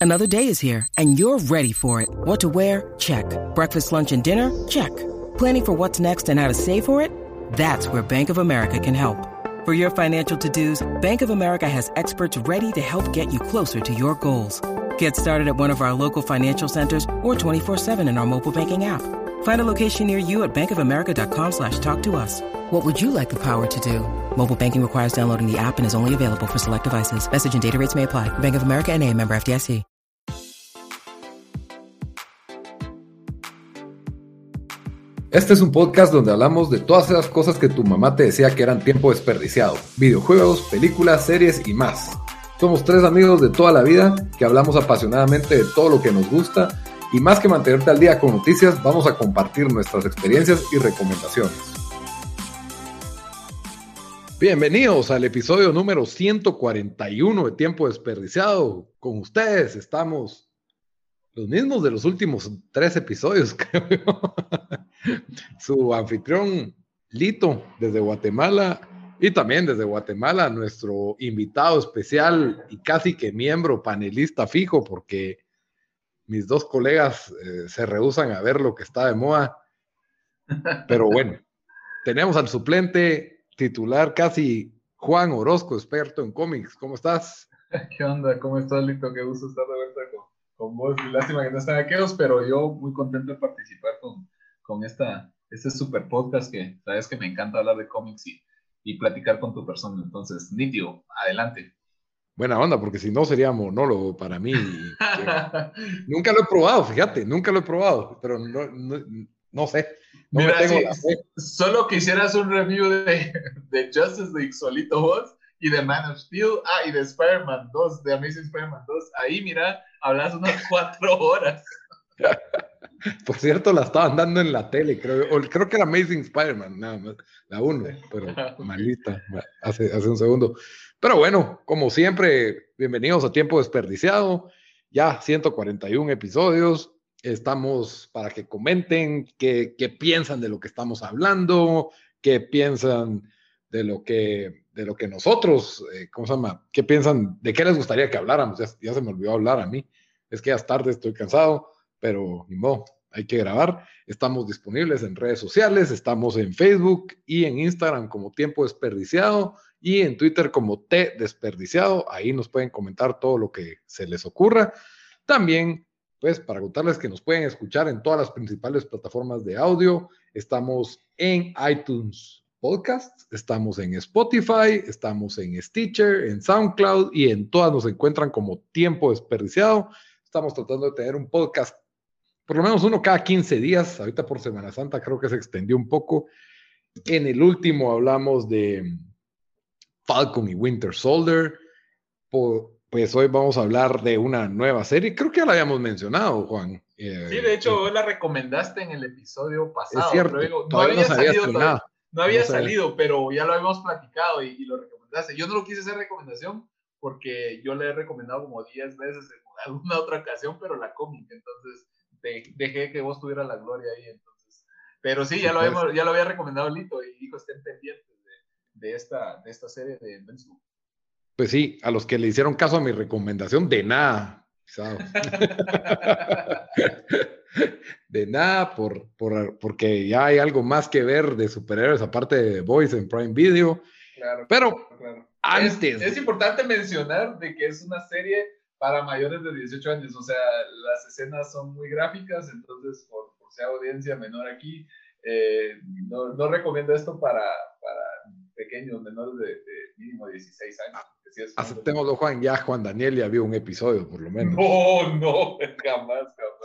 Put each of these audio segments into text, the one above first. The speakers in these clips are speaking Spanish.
Another day is here, and you're ready for it. What to wear? Check. Breakfast, lunch, and dinner? Check. Planning for what's next and how to save for it? That's where Bank of America can help. For your financial to-dos, Bank of America has experts ready to help get you closer to your goals. Get started at one of our local financial centers or 24/7 in our mobile banking app. Find a location near you at bankofamerica.com/talktous. What would you like the power to do? Mobile banking requires downloading the app and is only available for select devices. Message and data rates may apply. Bank of America N.A., member FDIC. Este es un podcast donde hablamos de todas esas cosas que tu mamá te decía que eran tiempo desperdiciado. Videojuegos, películas, series y más. Somos tres amigos de toda la vida que hablamos apasionadamente de todo lo que nos gusta y más que mantenerte al día con noticias, vamos a compartir nuestras experiencias y recomendaciones. Bienvenidos al episodio número 141 de Tiempo Desperdiciado. Con ustedes estamos los mismos de los últimos 3 episodios, creo yo. Su anfitrión, Lito, desde Guatemala, y también desde Guatemala, nuestro invitado especial y casi que miembro panelista fijo, porque mis 2 colegas se rehúsan a ver lo que está de moda. Pero bueno, tenemos al suplente titular casi, Juan Orozco, experto en cómics. ¿Cómo estás? ¿Qué onda? ¿Cómo estás, Lito? Qué gusto estar de vuelta con vos. Lástima que no están aquellos, pero yo muy contento de participar con este super podcast que sabes que me encanta hablar de cómics y platicar con tu persona. Entonces, nítido, adelante. Buena onda, porque si no sería monólogo para mí. Nunca lo he probado, fíjate, pero no sé. No. Mira, solo quisieras un review de Justice League solito vos, y de Man of Steel, y de Spider-Man 2, de Amazing Spider-Man 2. Ahí, mira, hablas unas 4 horas. Por cierto, la estaban dando en la tele, creo que era Amazing Spider-Man, nada más, la 1, pero malita, hace un segundo. Pero bueno, como siempre, bienvenidos a Tiempo Desperdiciado, ya 141 episodios, estamos para que comenten qué piensan de lo que estamos hablando, qué piensan de lo que nosotros, ¿cómo se llama? ¿Qué piensan? ¿De qué les gustaría que habláramos? Ya se me olvidó hablar a mí, es que ya es tarde, estoy cansado. Pero ni modo, hay que grabar. Estamos disponibles en redes sociales, estamos en Facebook y en Instagram como Tiempo Desperdiciado y en Twitter como T Desperdiciado. Ahí nos pueden comentar todo lo que se les ocurra. También, pues, para contarles que nos pueden escuchar en todas las principales plataformas de audio. Estamos en iTunes Podcast, estamos en Spotify, estamos en Stitcher, en SoundCloud y en todas nos encuentran como Tiempo Desperdiciado. Estamos tratando de tener un podcast por lo menos uno cada 15 días. Ahorita por Semana Santa creo que se extendió un poco. En el último hablamos de Falcon y Winter Soldier. Pues hoy vamos a hablar de una nueva serie. Creo que ya la habíamos mencionado, Juan. Sí, de hecho, vos la recomendación en el episodio pasado. Es cierto, pero no había salido, pero ya lo habíamos platicado y lo recomendaste. Yo no lo quise hacer recomendación porque yo le he recomendado como 10 veces en alguna otra ocasión, pero la cómic, entonces dejé que vos tuvieras la gloria ahí, entonces. Pero sí, ya lo había recomendado Lito y dijo, estén pendientes de esta serie de Invincible. Pues sí, a los que le hicieron caso a mi recomendación, de nada. De nada, porque ya hay algo más que ver de superhéroes aparte de The Boys en Prime Video. Claro, pero claro. Antes. Es importante mencionar de que es una serie para mayores de 18 años, o sea, las escenas son muy gráficas, entonces por ser audiencia menor aquí, no recomiendo esto para pequeños, menores de mínimo 16 años. Sí, aceptémoslo, Juan, ya Juan Daniel ya vio un episodio, por lo menos. No, jamás,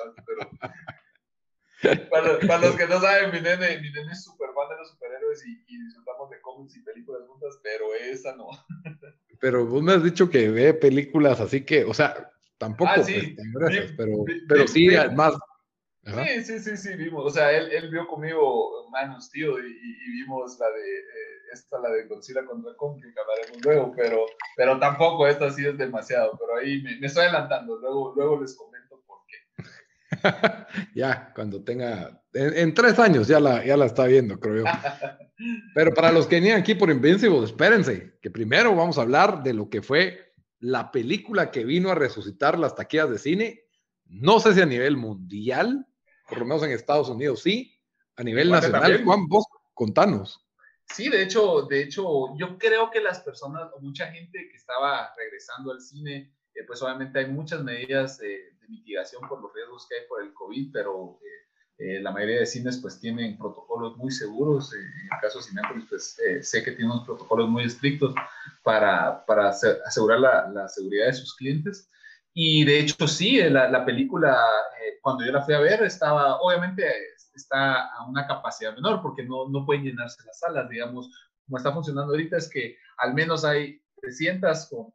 pero para los que no saben, mi nene es súper fan de los superhéroes y disfrutamos de cómics y películas juntas, pero esa no. Pero vos me has dicho que ve películas así que, o sea, tampoco sí, pero sí, además. Sí, vimos, o sea, él vio conmigo Man of Steel y vimos la de Godzilla contra Kong, que hablaremos luego, pero tampoco esta sí es demasiado, pero ahí me estoy adelantando, luego les comento por qué. Ya, cuando tenga, en 3 años ya la está viendo, creo yo. Pero para los que venían aquí por Invincible, espérense, que primero vamos a hablar de lo que fue la película que vino a resucitar las taquillas de cine, no sé si a nivel mundial, por lo menos en Estados Unidos sí, a nivel nacional. Juan, vos contanos. Sí, de hecho, yo creo que las personas, o mucha gente que estaba regresando al cine, pues obviamente hay muchas medidas de mitigación por los riesgos que hay por el COVID, pero la mayoría de cines pues tienen protocolos muy seguros. En el caso de Cinépolis, pues sé que tiene unos protocolos muy estrictos para asegurar la seguridad de sus clientes. Y de hecho sí, la película, cuando yo la fui a ver, estaba, obviamente está a una capacidad menor porque no pueden llenarse las salas, digamos, como está funcionando ahorita es que al menos hay 300 con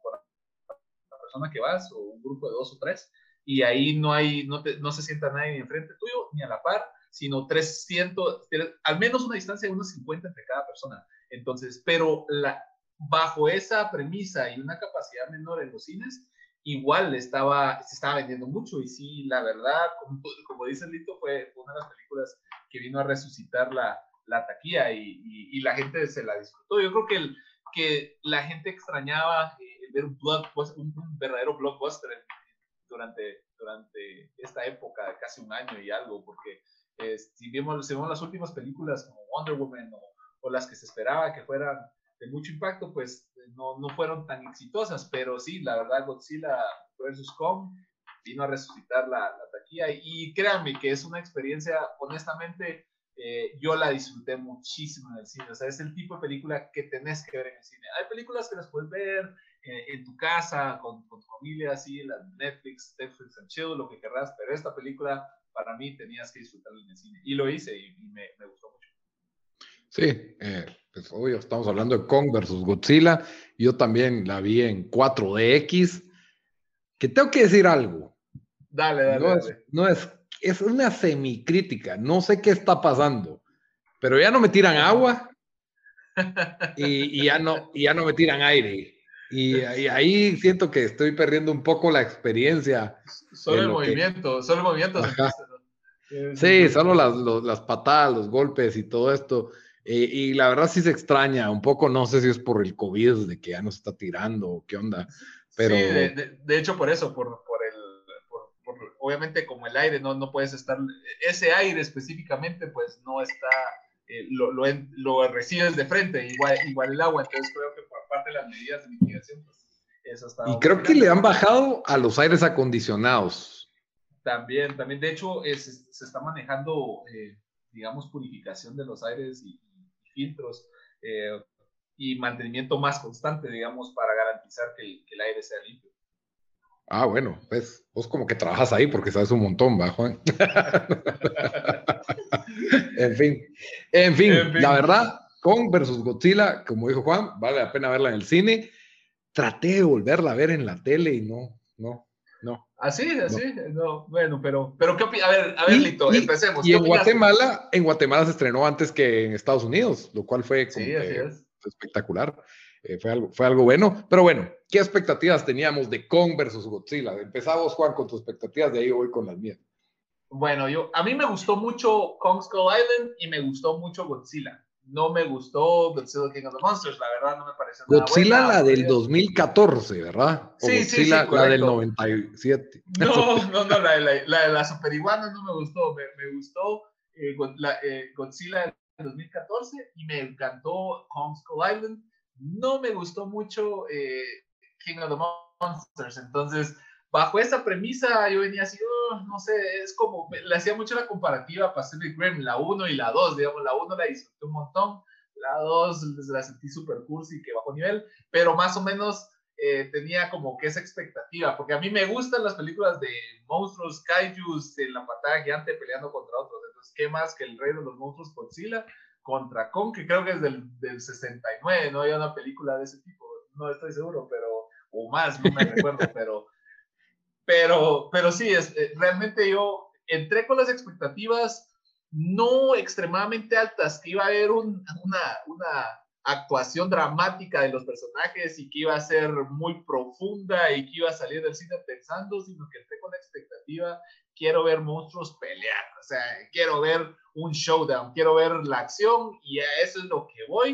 la persona que vas o un grupo de 2 o 3 y ahí no se sienta nadie ni enfrente tuyo ni a la par, sino 300, al menos una distancia de unos 50 entre cada persona. Entonces, pero bajo esa premisa y una capacidad menor en los cines, igual se estaba vendiendo mucho y sí, la verdad, como dice Lito, fue una de las películas que vino a resucitar la taquilla y la gente se la disfrutó. Yo creo que la gente extrañaba ver un verdadero blockbuster durante esta época de casi un año y algo, porque si vemos las últimas películas como Wonder Woman o las que se esperaba que fueran de mucho impacto, pues no fueron tan exitosas, pero sí, la verdad, Godzilla vs. Kong vino a resucitar la taquilla y créanme que es una experiencia, honestamente, yo la disfruté muchísimo en el cine. O sea, es el tipo de película que tenés que ver en el cine. Hay películas que las puedes ver en tu casa, con tu familia, así, Netflix and chill, lo que querrás, pero esta película, para mí, tenías que disfrutarla en el cine. Y lo hice y me gustó mucho. Sí, pues obvio, estamos hablando de Kong versus Godzilla. Yo también la vi en 4DX. Que tengo que decir algo. Dale. Es una semicrítica. No sé qué está pasando, pero ya no me tiran agua y ya no me tiran aire. Y ahí siento que estoy perdiendo un poco la experiencia. Solo el movimiento. Sentiste, ¿no? Sí, solo las patadas, los golpes y todo esto. Y la verdad sí se extraña un poco, no sé si es por el COVID, de que ya no se está tirando o qué onda. Pero... Sí, de hecho por eso, obviamente como el aire no puedes estar, ese aire específicamente pues no está, lo recibes de frente, igual el agua, entonces creo que por parte de las medidas de mitigación, pues eso está. Y creo que le han bajado a los aires acondicionados. También, de hecho se está manejando, digamos, purificación de los aires y filtros, y mantenimiento más constante, digamos, para garantizar que el aire sea limpio. Ah, bueno, pues vos como que trabajas ahí porque sabes un montón, ¿va, Juan? En fin, la verdad, Kong versus Godzilla, como dijo Juan, vale la pena verla en el cine. Traté de volverla a ver en la tele y no. Así, no, bueno, pero ¿qué opinas? A ver, Lito, empecemos. Y en Guatemala se estrenó antes que en Estados Unidos, lo cual fue como sí, así es. Espectacular. Fue algo bueno, pero bueno, ¿qué expectativas teníamos de Kong versus Godzilla? Empezamos, Juan, con tus expectativas, de ahí voy con las mías. Bueno, a mí me gustó mucho Kong Skull Island y me gustó mucho Godzilla. No me gustó Godzilla King of the Monsters, la verdad no me pareció nada Godzilla, buena. La del 2014, ¿verdad? O sí, Godzilla, sí, la del 97. No, la de la super iguana no me gustó. Me gustó Godzilla del 2014 y me encantó Kong Skull Island. No me gustó mucho King of the Monsters. Entonces, bajo esa premisa, yo venía así, no sé, es como, le hacía mucho la comparativa a Pacific Rim, la 1 y la 2, digamos, la 1 la disfruté un montón, la 2 la sentí super cursi, que bajó nivel, pero más o menos tenía como que esa expectativa, porque a mí me gustan las películas de monstruos, kaijus, en la pantalla gigante peleando contra otros, entonces, ¿qué más que el rey de los monstruos Godzilla contra Kong, que creo que es del 69, no había una película de ese tipo, no estoy seguro, o más, no me recuerdo, pero sí, realmente yo entré con las expectativas no extremadamente altas, que iba a haber una actuación dramática de los personajes y que iba a ser muy profunda y que iba a salir del cine pensando, sino que entré con la expectativa, quiero ver monstruos pelear, o sea, quiero ver un showdown, quiero ver la acción y a eso es lo que voy.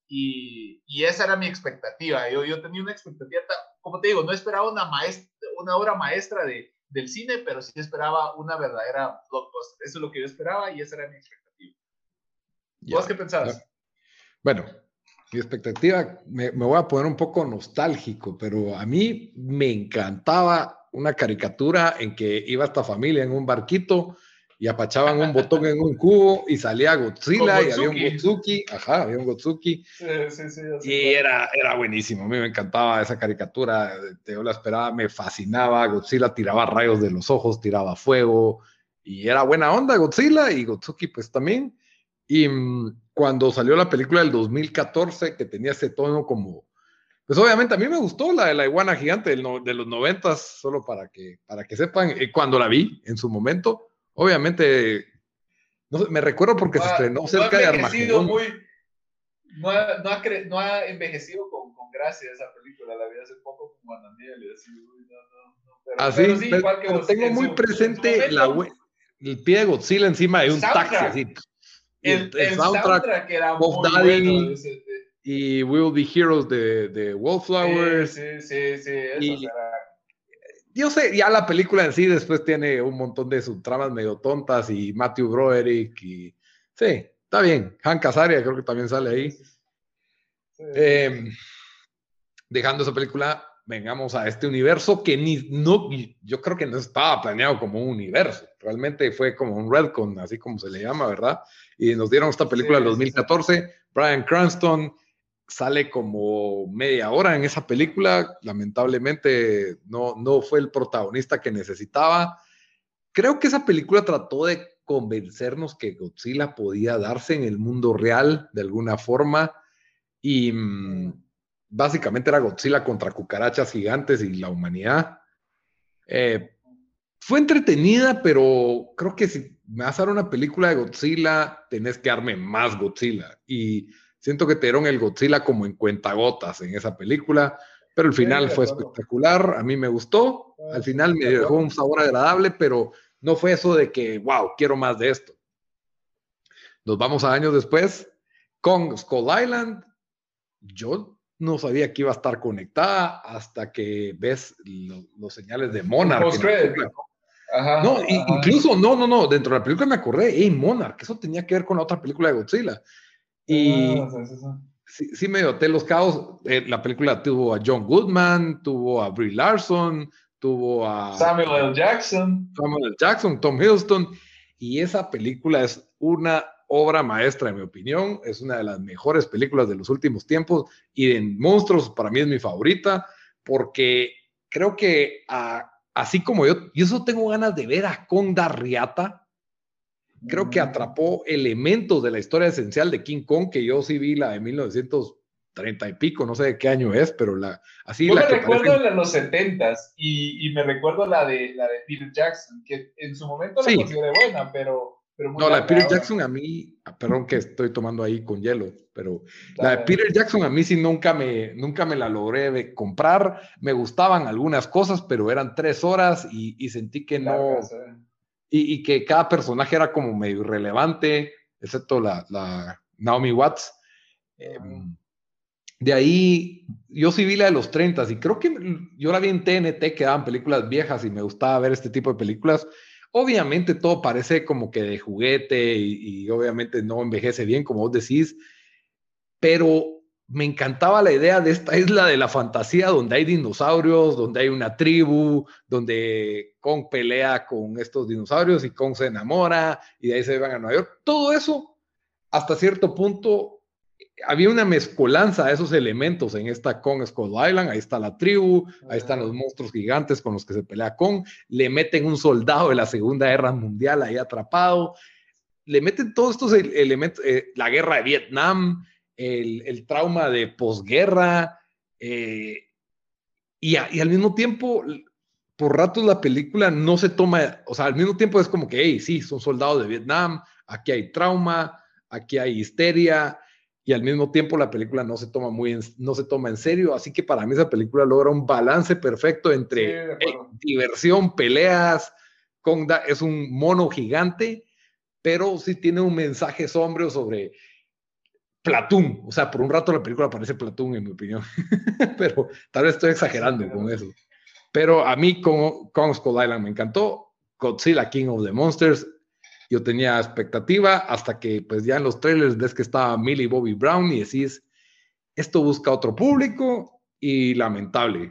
y esa era mi expectativa. Yo tenía una expectativa, como te digo, no esperaba una obra maestra del cine, pero sí esperaba una verdadera blockbuster. Eso es lo que yo esperaba y esa era mi expectativa. ¿Vos qué pensabas? Bueno, mi expectativa, me voy a poner un poco nostálgico, pero a mí me encantaba una caricatura en que iba esta familia en un barquito y apachaban un botón en un cubo y salía Godzilla y había un Gotsuki, había un Gotsuki. Sí, y era buenísimo, a mí me encantaba esa caricatura, yo la esperaba, me fascinaba, Godzilla tiraba rayos de los ojos, tiraba fuego, y era buena onda Godzilla, y Gotsuki pues también. Y cuando salió la película del 2014, que tenía ese tono como, pues obviamente a mí me gustó la de la iguana gigante de los 90, solo para que sepan, cuando la vi en su momento, obviamente, no sé, me recuerdo porque se estrenó cerca de Armagedón. No ha envejecido con gracia esa película, la vi hace poco con Ananiel y así, pero sí, igual que vos. Tengo muy presente el pie de Godzilla encima de un taxi, así. El soundtrack era muy bueno. Y We'll Be Heroes de Wallflowers. Sí. Yo sé, ya la película en sí después tiene un montón de subtramas medio tontas y Matthew Broderick y sí, está bien. Hank Azaria creo que también sale ahí. Dejando esa película, vengamos a este universo que yo creo que no estaba planeado como un universo. Realmente fue como un retcon, así como se le llama, ¿verdad? Y nos dieron esta película en 2014. Bryan Cranston sale como media hora en esa película. Lamentablemente no fue el protagonista que necesitaba. Creo que esa película trató de convencernos que Godzilla podía darse en el mundo real de alguna forma y básicamente era Godzilla contra cucarachas gigantes y la humanidad. Fue entretenida, pero creo que si me vas a dar una película de Godzilla, tenés que darme más Godzilla. Y siento que te dieron el Godzilla como en cuentagotas en esa película, pero el final fue espectacular. A mí me gustó. Al final me dejó un sabor agradable, pero no fue eso de que, wow, quiero más de esto. Nos vamos a años después con Skull Island. Yo no sabía que iba a estar conectada hasta que ves los señales de Monarch. No, incluso, no, dentro de la película me acordé, Monarch, eso tenía que ver con la otra película de Godzilla. Y sí me doté los cabos. La película tuvo a John Goodman, tuvo a Brie Larson, tuvo a Samuel L. Jackson, Tom Hiddleston, y esa película es una obra maestra, en mi opinión. Es una de las mejores películas de los últimos tiempos, y en monstruos para mí es mi favorita, porque creo que así como yo eso tengo ganas de ver a Kong da Riata. Creo que atrapó elementos de la historia esencial de King Kong, que yo sí vi la de 1930 y pico, no sé de qué año es, pero yo me recuerdo la de los 70s y me recuerdo la de Peter Jackson, que en su momento la consideré buena, pero muy no, la de Peter Jackson a mí, perdón que estoy tomando ahí con hielo, pero la de Peter Jackson a mí sí nunca me la logré comprar. Me gustaban algunas cosas, pero eran 3 horas y sentí que largas, y que cada personaje era como medio irrelevante, excepto la Naomi Watts. De ahí, yo sí vi la de los 30 y creo que yo la vi en TNT, que daban películas viejas y me gustaba ver este tipo de películas. Obviamente todo parece como que de juguete y obviamente no envejece bien, como vos decís, pero me encantaba la idea de esta isla de la fantasía donde hay dinosaurios, donde hay una tribu, donde Kong pelea con estos dinosaurios y Kong se enamora y de ahí se van a Nueva York. Todo eso, hasta cierto punto, había una mezcolanza de esos elementos en esta Kong Skull Island. Ahí está la tribu, ahí están los monstruos gigantes con los que se pelea Kong, le meten un soldado de la Segunda Guerra Mundial ahí atrapado, le meten todos estos elementos, la guerra de Vietnam, el trauma de posguerra, y al mismo tiempo, por ratos la película no se toma, o sea, al mismo tiempo es como que, hey, sí, son soldados de Vietnam, aquí hay trauma, aquí hay histeria, y al mismo tiempo la película no se toma en serio, así que para mí esa película logra un balance perfecto entre diversión, peleas. Kong es un mono gigante, pero sí tiene un mensaje sombrío sobre Platoon, o sea, por un rato la película parece Platoon, en mi opinión, pero tal vez estoy exagerando con eso. Pero a mí Kong Skull Island me encantó. Godzilla King of the Monsters, yo tenía expectativa hasta que pues ya en los trailers ves que estaba Millie Bobby Brown y decís, esto busca otro público y lamentable,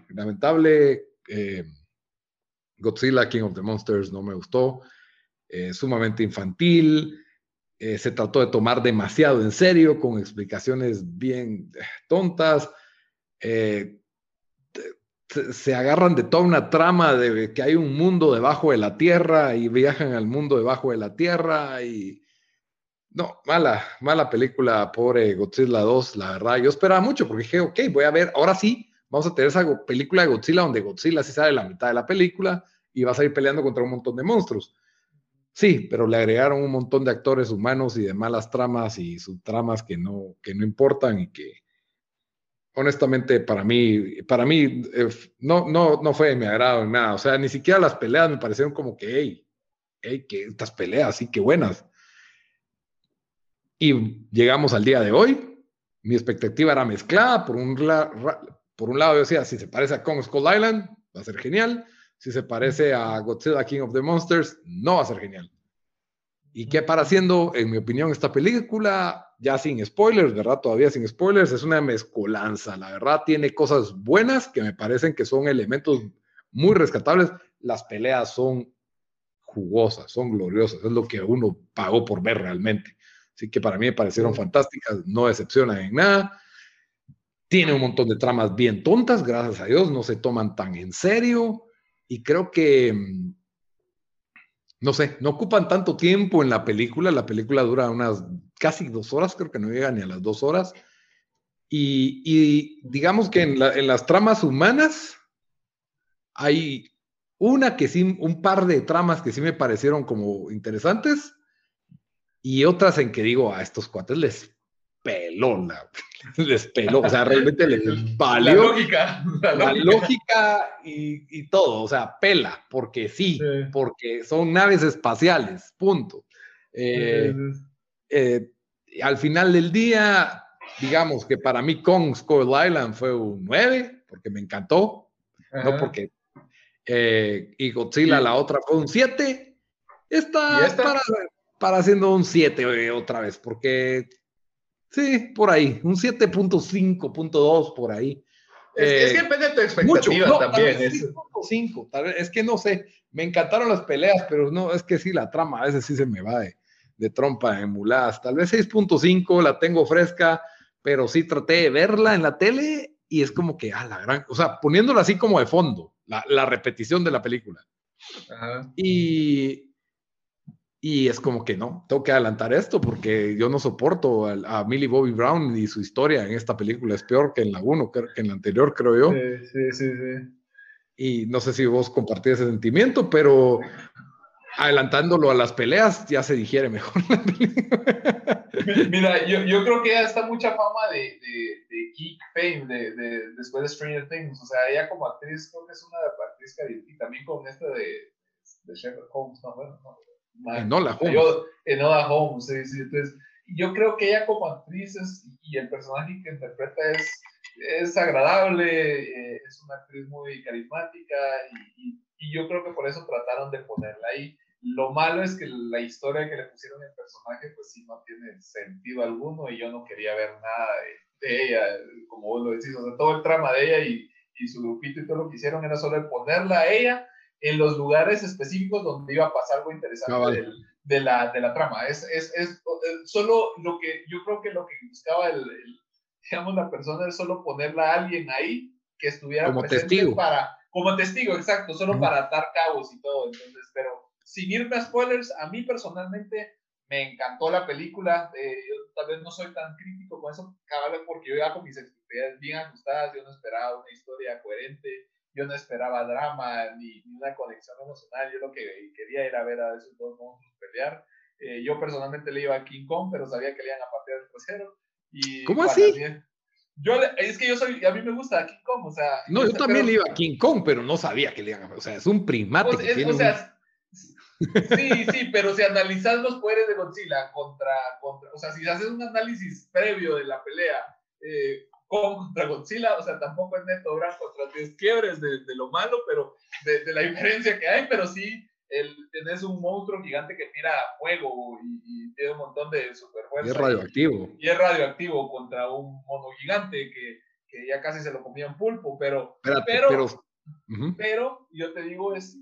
Godzilla King of the Monsters no me gustó, sumamente infantil, se trató de tomar demasiado en serio, con explicaciones bien tontas, se agarran de toda una trama de que hay un mundo debajo de la tierra y viajan al mundo debajo de la tierra y no, mala película, pobre Godzilla 2, la verdad. Yo esperaba mucho porque dije, ok, voy a ver, ahora sí, vamos a tener esa película de Godzilla donde Godzilla sí sale la mitad de la película y va a salir peleando contra un montón de monstruos. Sí, pero le agregaron un montón de actores humanos y de malas tramas y subtramas que no importan y que honestamente para mí no fue de mi agrado en nada. O sea, ni siquiera las peleas me parecieron como que, que estas peleas sí que buenas. Y llegamos al día de hoy. Mi expectativa era mezclada. Por un lado yo decía, si se parece a Kong Skull Island, va a ser genial. Si se parece a Godzilla King of the Monsters, no va a ser genial. ¿Y qué para haciendo, en mi opinión, esta película? Ya sin spoilers, ¿verdad? Todavía sin spoilers, es una mezcolanza. La verdad, tiene cosas buenas que me parecen que son elementos muy rescatables. Las peleas son jugosas, son gloriosas. Es lo que uno pagó por ver realmente. Así que para mí me parecieron fantásticas, no decepcionan en nada. Tiene un montón de tramas bien tontas, gracias a Dios, no se toman tan en serio. Y creo que no sé, no ocupan tanto tiempo en la película. La película dura unas casi 2 horas, creo que no llega ni a las 2 horas. Y digamos que en las tramas humanas hay un par de tramas que sí me parecieron como interesantes y otras en que digo, a estos cuates les peló, o sea, realmente les valió la lógica y todo, o sea, pela, porque sí, porque son naves espaciales, punto. Al final del día, digamos que para mí Kong Skull Island fue un 9, porque me encantó, no porque y Godzilla la otra fue un 7. Esta para haciendo un 7 otra vez, porque sí, por ahí, un 7.5.2 por ahí. Es que depende de tu expectativa mucho, también. 6.5, tal vez, es que no sé, me encantaron las peleas, pero no, es que sí, la trama a veces sí se me va de trompa en muladas. Tal vez 6.5, la tengo fresca, pero sí traté de verla en la tele y es como que, o sea, poniéndola así como de fondo, la repetición de la película. Ajá. Y es como que no, tengo que adelantar esto porque yo no soporto a Millie Bobby Brown y su historia en esta película. Es peor que en la 1, que en la anterior, creo yo. Sí. Y no sé si vos compartís ese sentimiento, pero adelantándolo a las peleas ya se digiere mejor la película. Mira, yo creo que ella está mucha fama de geek fame después de Stranger Things. O sea, ella como actriz creo que es una actriz y también con esta de Sherlock Holmes, ¿no? Bueno, no. Enola Holmes. Enola Holmes, sí. Entonces, yo creo que ella como actriz y el personaje que interpreta es agradable, es una actriz muy carismática y yo creo que por eso trataron de ponerla ahí. Lo malo es que la historia que le pusieron al personaje pues sí no tiene sentido alguno y yo no quería ver nada de ella, como vos lo decís, o sea, todo el trama de ella y su grupito y todo lo que hicieron era solo ponerla a ella en los lugares específicos donde iba a pasar algo interesante de la trama. Es solo lo que yo creo que lo que buscaba digamos, la persona es solo ponerla a alguien ahí que estuviera como presente testigo. Como testigo, exacto, solo para atar cabos y todo. Entonces, pero sin irme a spoilers, a mí personalmente me encantó la película. Yo tal vez no soy tan crítico con eso, porque yo iba con mis expectativas bien ajustadas. Yo no esperaba una historia coherente. Yo no esperaba drama ni una conexión emocional. Yo lo que quería era ver a esos dos monstruos pelear. Yo personalmente le iba a King Kong, pero sabía que le iban a patear el trasero. ¿Cómo así? Es que a mí me gusta King Kong, o sea... No, yo también le iba a King Kong, pero no sabía que le iban a... O sea, es un primate. Sí, pero si analizas los poderes de Godzilla o sea, si haces un análisis previo de la pelea contra Godzilla, o sea, tampoco es neto blanco contra 10 quiebres de lo malo, pero de la diferencia que hay, pero sí tenés un monstruo gigante que tira fuego y tiene un montón de superfuerza. Y es radioactivo. Y es radioactivo contra un mono gigante que ya casi se lo comía en pulpo, pero yo te digo, es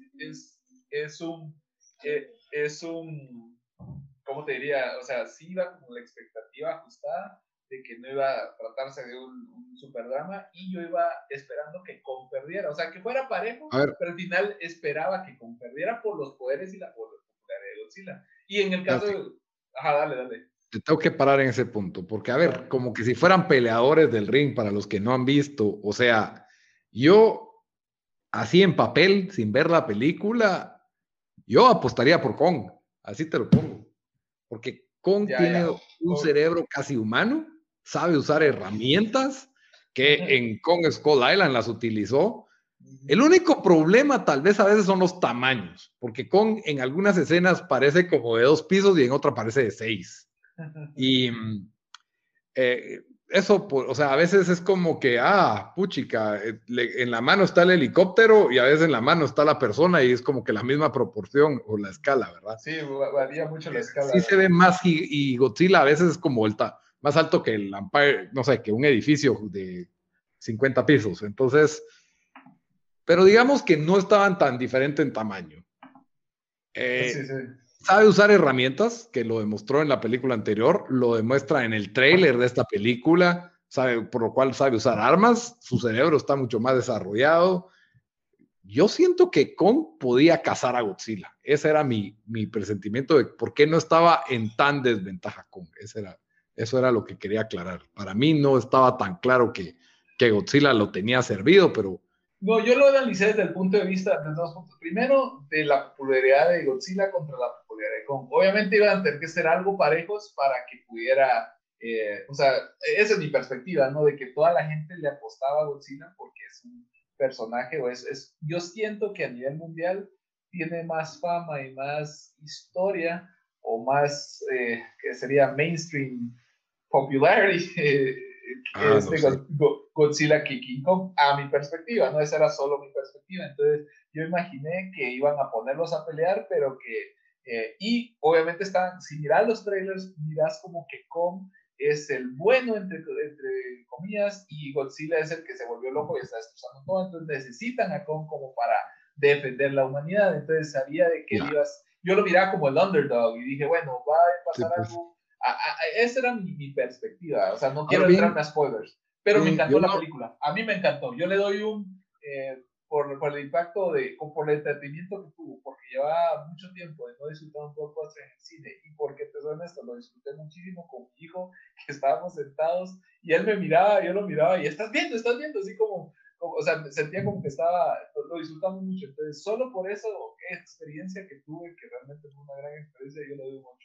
un, ¿cómo te diría? O sea, sí iba con la expectativa ajustada de que no iba a tratarse de un superdrama y yo iba esperando que Kong perdiera, o sea, que fuera parejo, pero al final esperaba que Kong perdiera por los poderes y la popularidad de Godzilla. Y en el caso de... Ajá, dale. Te tengo que parar en ese punto, porque a ver, como que si fueran peleadores del ring para los que no han visto, o sea, yo así en papel, sin ver la película, yo apostaría por Kong, así te lo pongo, porque Kong tiene un cerebro casi humano, sabe usar herramientas que en Kong Skull Island las utilizó. El único problema tal vez a veces son los tamaños, porque Kong en algunas escenas parece como de 2 pisos y en otra parece de 6. Y eso, o sea, a veces es como que, puchica, en la mano está el helicóptero y a veces en la mano está la persona y es como que la misma proporción o la escala, ¿verdad? Sí, varía mucho la escala. Sí se ve más y Godzilla a veces es como más alto que el Empire, no sé, que un edificio de 50 pisos. Entonces, pero digamos que no estaban tan diferentes en tamaño. Sí. Sabe usar herramientas, que lo demostró en la película anterior, lo demuestra en el tráiler de esta película, por lo cual sabe usar armas, su cerebro está mucho más desarrollado. Yo siento que Kong podía cazar a Godzilla. Ese era mi presentimiento de por qué no estaba en tan desventaja Kong. Eso era lo que quería aclarar. Para mí no estaba tan claro que Godzilla lo tenía servido, pero... No, yo lo analicé desde el punto de vista de 2 puntos. Primero, de la popularidad de Godzilla contra la popularidad de Kong. Obviamente iban a tener que ser algo parejos para que pudiera, o sea, esa es mi perspectiva, ¿no? De que toda la gente le apostaba a Godzilla porque es un personaje, yo siento que a nivel mundial tiene más fama y más historia, o más, que sería mainstream popularity, Godzilla que King Kong, a mi perspectiva, no esa era solo mi perspectiva. Entonces yo imaginé que iban a ponerlos a pelear, pero que y obviamente si miras los trailers, miras como que Kong es el bueno entre comillas y Godzilla es el que se volvió loco y está destrozando todo. Entonces necesitan a Kong como para defender la humanidad. Entonces sabía de que yo lo miraba como el underdog y dije, bueno, va a pasar algo. Esa era mi perspectiva, o sea, no quiero entrar en spoilers, pero me encantó la película, a mí me encantó, yo le doy por el impacto, por el entretenimiento que tuvo, porque llevaba mucho tiempo de no disfrutar un poco en el cine, y porque te soy honesto, lo disfruté muchísimo con mi hijo, que estábamos sentados, y él me miraba, yo lo miraba, y estás viendo, así como o sea, sentía como que lo disfrutamos mucho, entonces solo por eso, experiencia que tuve, que realmente fue una gran experiencia, yo le doy mucho.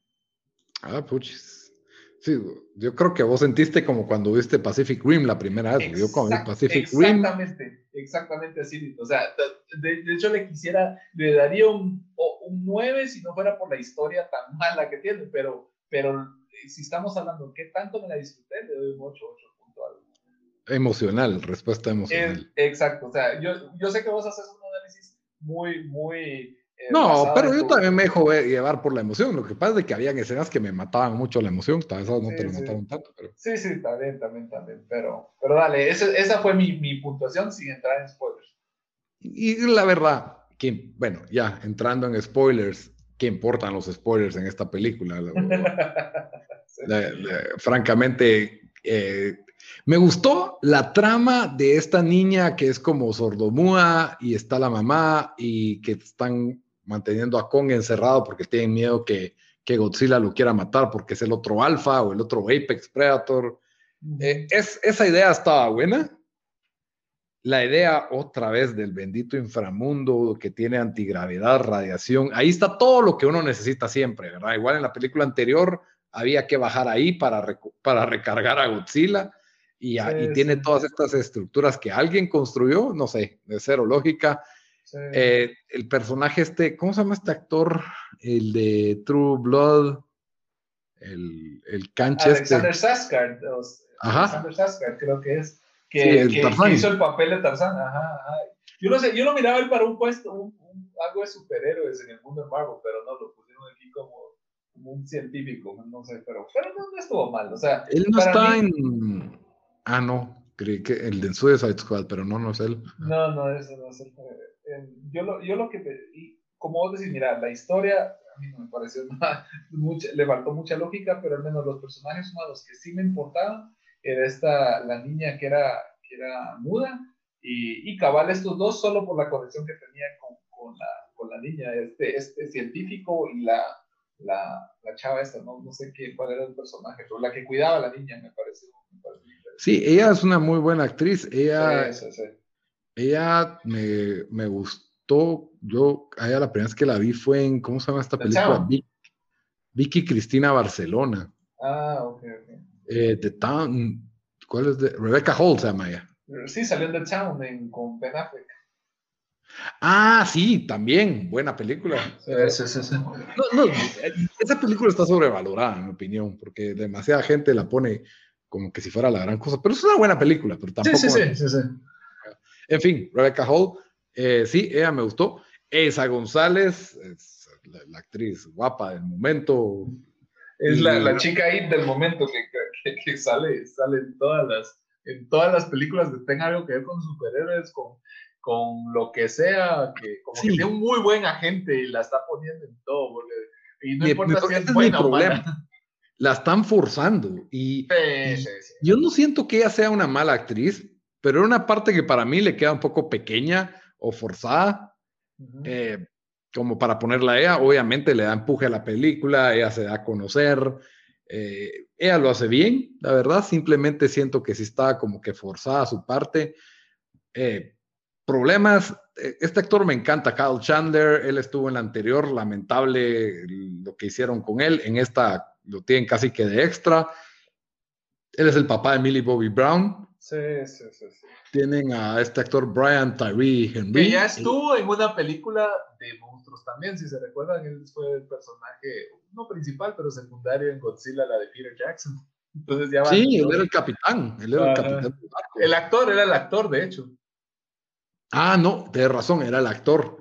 Puchis. Sí, yo creo que vos sentiste como cuando viste Pacific Rim la primera vez. Yo cuando vi Pacific Rim. Exactamente así. O sea, de hecho le daría un 9 si no fuera por la historia tan mala que tiene, pero si estamos hablando que tanto me la disfruté, le doy un 8 punto algo. Emocional, respuesta emocional. Exacto, o sea, yo sé que vos haces un análisis muy no, pero yo también me dejo llevar por la emoción. Lo que pasa es que habían escenas que me mataban mucho la emoción. Tal vez no te lo mataron tanto. Pero... Sí, también. Pero dale, esa fue mi puntuación sin entrar en spoilers. Y la verdad, que, bueno, ya entrando en spoilers, ¿qué importan los spoilers en esta película? Francamente, me gustó la trama de esta niña que es como sordomúa y está la mamá y que están manteniendo a Kong encerrado porque tienen miedo que Godzilla lo quiera matar porque es el otro alfa o el otro Apex Predator. Esa idea estaba buena. La idea otra vez del bendito inframundo que tiene antigravedad, radiación, ahí está todo lo que uno necesita siempre, ¿verdad? Igual en la película anterior había que bajar ahí para recargar a Godzilla y tiene todas estas estructuras que alguien construyó, no sé, de cero lógica. Sí. El personaje ¿cómo se llama este actor? El de True Blood, el canche Alexander Skarsgård, Ajá. Alexander Skarsgård creo que es, Sí, el que hizo Tarzán. el papel de Tarzán. Ajá, ajá. Yo no sé, yo lo miraba él para un puesto, algo de superhéroes en el mundo de Marvel, pero no, lo pusieron aquí como un científico, no sé, pero no estuvo mal, o sea, Él no para está mí, en... Ah, no, creí que el de Suicide Squad, pero no es él. no, eso no es yo lo que, y como vos decís, mira, la historia, a mí no me pareció nada, le faltó mucha lógica, pero al menos los personajes humanos que sí me importaban, era la niña que era muda, y cabal estos dos solo por la conexión que tenían con la niña, este científico y la chava esta, no sé cuál era el personaje, pero la que cuidaba a la niña me pareció interesante. Sí, ella es una muy buena actriz. Sí. Ella me gustó. A ella la primera vez que la vi fue en, ¿cómo se llama esta The película? Town. Vicky Cristina Barcelona. Ok. The Town, ¿cuál es de? Rebecca Hall se llama ella. Sí, salió en The Town con Ben Affleck. Ah, sí, también, buena película. Sí. Esa película está sobrevalorada, en mi opinión, porque demasiada gente la pone como que si fuera la gran cosa, pero es una buena película, pero tampoco... Sí. En fin, Rebecca Hall, sí, ella me gustó. Esa González, es la actriz guapa del momento. Es la chica ahí del momento que sale en todas las películas que tengan algo que ver con superhéroes, con lo que sea, que como que tiene un muy buen agente y la está poniendo en todo, y no importa si es buena o mala. La están forzando y Sí. yo no siento que ella sea una mala actriz, pero era una parte que para mí le queda un poco pequeña o forzada, como para ponerla a ella. Obviamente le da empuje a la película, ella se da a conocer, ella lo hace bien, la verdad. Simplemente siento que sí está como que forzada su parte. Problemas, este actor me encanta, Kyle Chandler. Él estuvo en la anterior, lamentable lo que hicieron con él. En esta lo tienen casi que de extra. Él es el papá de Millie Bobby Brown. Sí. Tienen a este actor Brian Tyree Henry. Que ya estuvo en una película de monstruos también, si se recuerdan. Él fue el personaje, no principal, pero secundario en Godzilla, la de Peter Jackson. Entonces ya sí, él era el capitán. Él era el capitán del barco. El actor era el actor, de hecho. Ah, no, tienes razón, era el actor.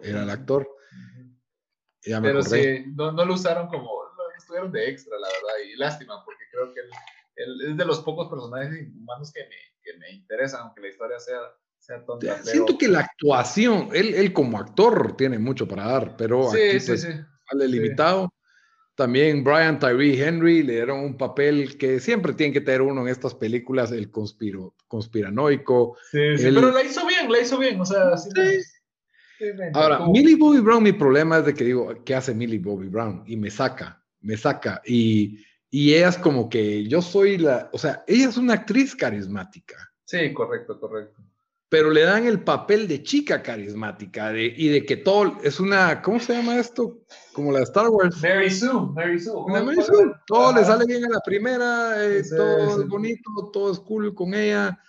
Ya me pero acordé. sí, no lo usaron estuvieron de extra, la verdad, y lástima, porque creo que él es de los pocos personajes humanos que me interesan, aunque la historia sea tonta. Siento que la actuación, él como actor tiene mucho para dar, pero aquí pues sale limitado. También Brian Tyree Henry le dieron un papel que siempre tiene que tener uno en estas películas, el conspiranoico. Sí, pero la hizo bien, o sea, sí. Ahora, Millie Bobby Brown, mi problema es de que digo, ¿qué hace Millie Bobby Brown? Y me saca, y ella es como que yo soy o sea, ella es una actriz carismática. Sí, correcto. Pero le dan el papel de chica carismática, y de que todo es una, ¿cómo se llama esto? Como la de Star Wars. Mary Sue. Todo le sale bien a la primera, todo es bonito, todo es cool con ella.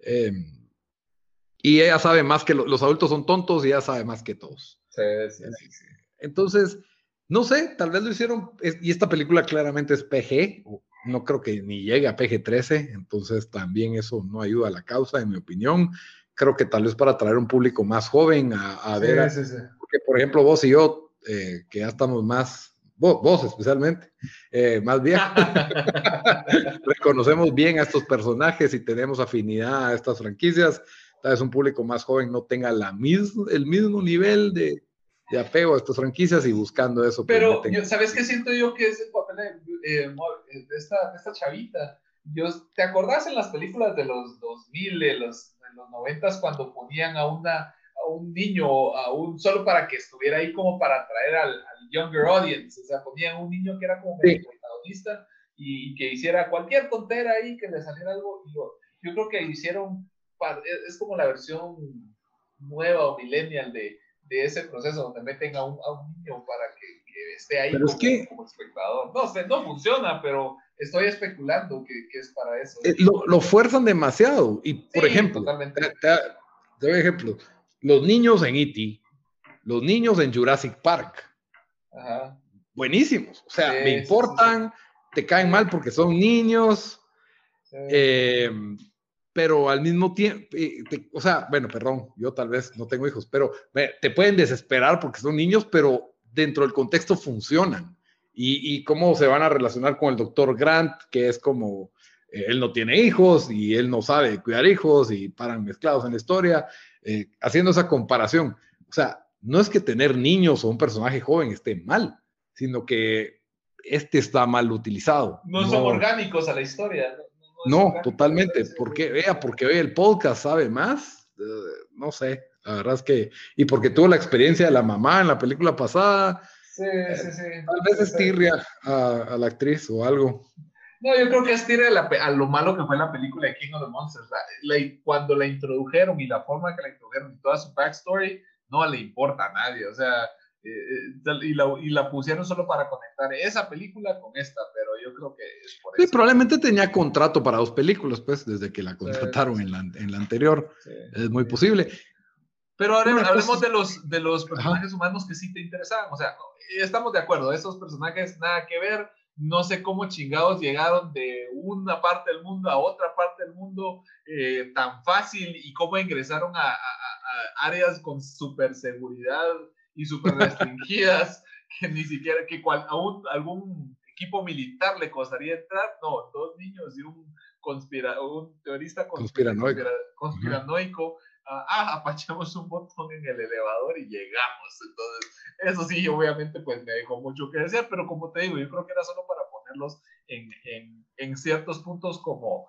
Y ella sabe más que los adultos son tontos y ella sabe más que todos. Sí. Entonces, no sé, tal vez lo hicieron, y esta película claramente es PG, no creo que ni llegue a PG-13, entonces también eso no ayuda a la causa, en mi opinión. Creo que tal vez para atraer un público más joven a ver, porque por ejemplo vos y yo, que ya estamos más, vos especialmente, más bien, reconocemos bien a estos personajes y tenemos afinidad a estas franquicias. Tal vez un público más joven no tenga el mismo nivel de apego a estas franquicias y buscando eso. Pero, ¿sabes qué siento yo que es el papel de esta chavita? ¿Te acordás en las películas de los 2000, de los 90, cuando ponían a un niño, solo para que estuviera ahí como para atraer al younger audience? O sea, ponían un niño que era como el protagonista y que hiciera cualquier tontera ahí, que le saliera algo. Y yo creo que hicieron, es como la versión nueva o millennial de ese proceso, donde meten a un niño para que esté ahí como espectador. No sé, no funciona, pero estoy especulando que es para eso. Lo fuerzan demasiado. Y, por ejemplo, te doy ejemplo, los niños en E.T., los niños en Jurassic Park. Ajá. Buenísimos. O sea, Sí, me importan, te caen mal porque son niños, pero al mismo tiempo, o sea, bueno, perdón, yo tal vez no tengo hijos, pero te pueden desesperar porque son niños, pero dentro del contexto funcionan. Y cómo se van a relacionar con el doctor Grant, que es como, él no tiene hijos y él no sabe cuidar hijos y paran mezclados en la historia, haciendo esa comparación. O sea, no es que tener niños o un personaje joven esté mal, sino que este está mal utilizado. No son orgánicos a la historia. No, totalmente. Porque hoy el podcast sabe más. No sé, la verdad es que. Y porque tuvo la experiencia de la mamá en la película pasada. Sí. Tal vez estirria a la actriz o algo. No, yo creo que estirria a lo malo que fue la película de King of the Monsters. Cuando la introdujeron y la forma que la introdujeron y toda su backstory, no le importa a nadie. O sea, y la pusieron solo para conectar esa película con esta, pero yo creo que es por eso. Sí, probablemente tenía contrato para 2 películas, pues, desde que la contrataron en la anterior. Sí, es muy posible. Pero hablemos de los personajes humanos que sí te interesaban. O sea, estamos de acuerdo, esos personajes nada que ver. No sé cómo chingados llegaron de una parte del mundo a otra parte del mundo tan fácil y cómo ingresaron a áreas con super seguridad y súper restringidas, que ni siquiera, aún algún equipo militar le costaría entrar. No, 2 niños y un teorista conspiranoico. Apachamos un botón en el elevador y llegamos. Entonces, eso sí, obviamente, pues me dejó mucho que decir, pero como te digo, yo creo que era solo para ponerlos en ciertos puntos como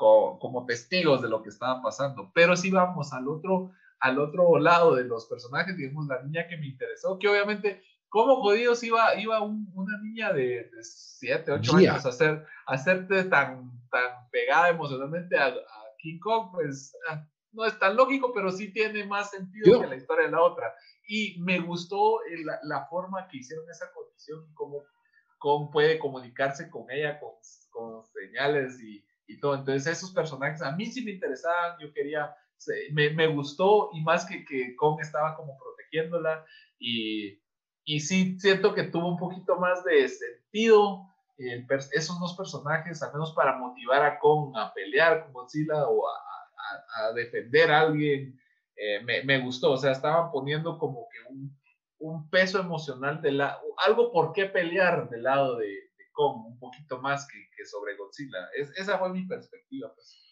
testigos de lo que estaba pasando. Pero si vamos al otro lado de los personajes, digamos, la niña que me interesó, que obviamente, ¿cómo jodidos iba una niña de 7, 8 años a hacerte tan pegada emocionalmente a King Kong? Pues no es tan lógico, pero sí tiene más sentido que la historia de la otra. Y me gustó la forma que hicieron esa condición y cómo puede comunicarse con ella con señales y todo. Entonces esos personajes a mí sí me interesaban, yo quería, me gustó, y más que Kong estaba como protegiéndola, y sí siento que tuvo un poquito más de sentido esos 2 personajes, al menos para motivar a Kong a pelear con Godzilla o a defender a alguien. Me gustó, o sea, estaban poniendo como que un peso emocional algo por qué pelear del lado de Kong, un poquito más que sobre Godzilla. Esa fue mi perspectiva, pues.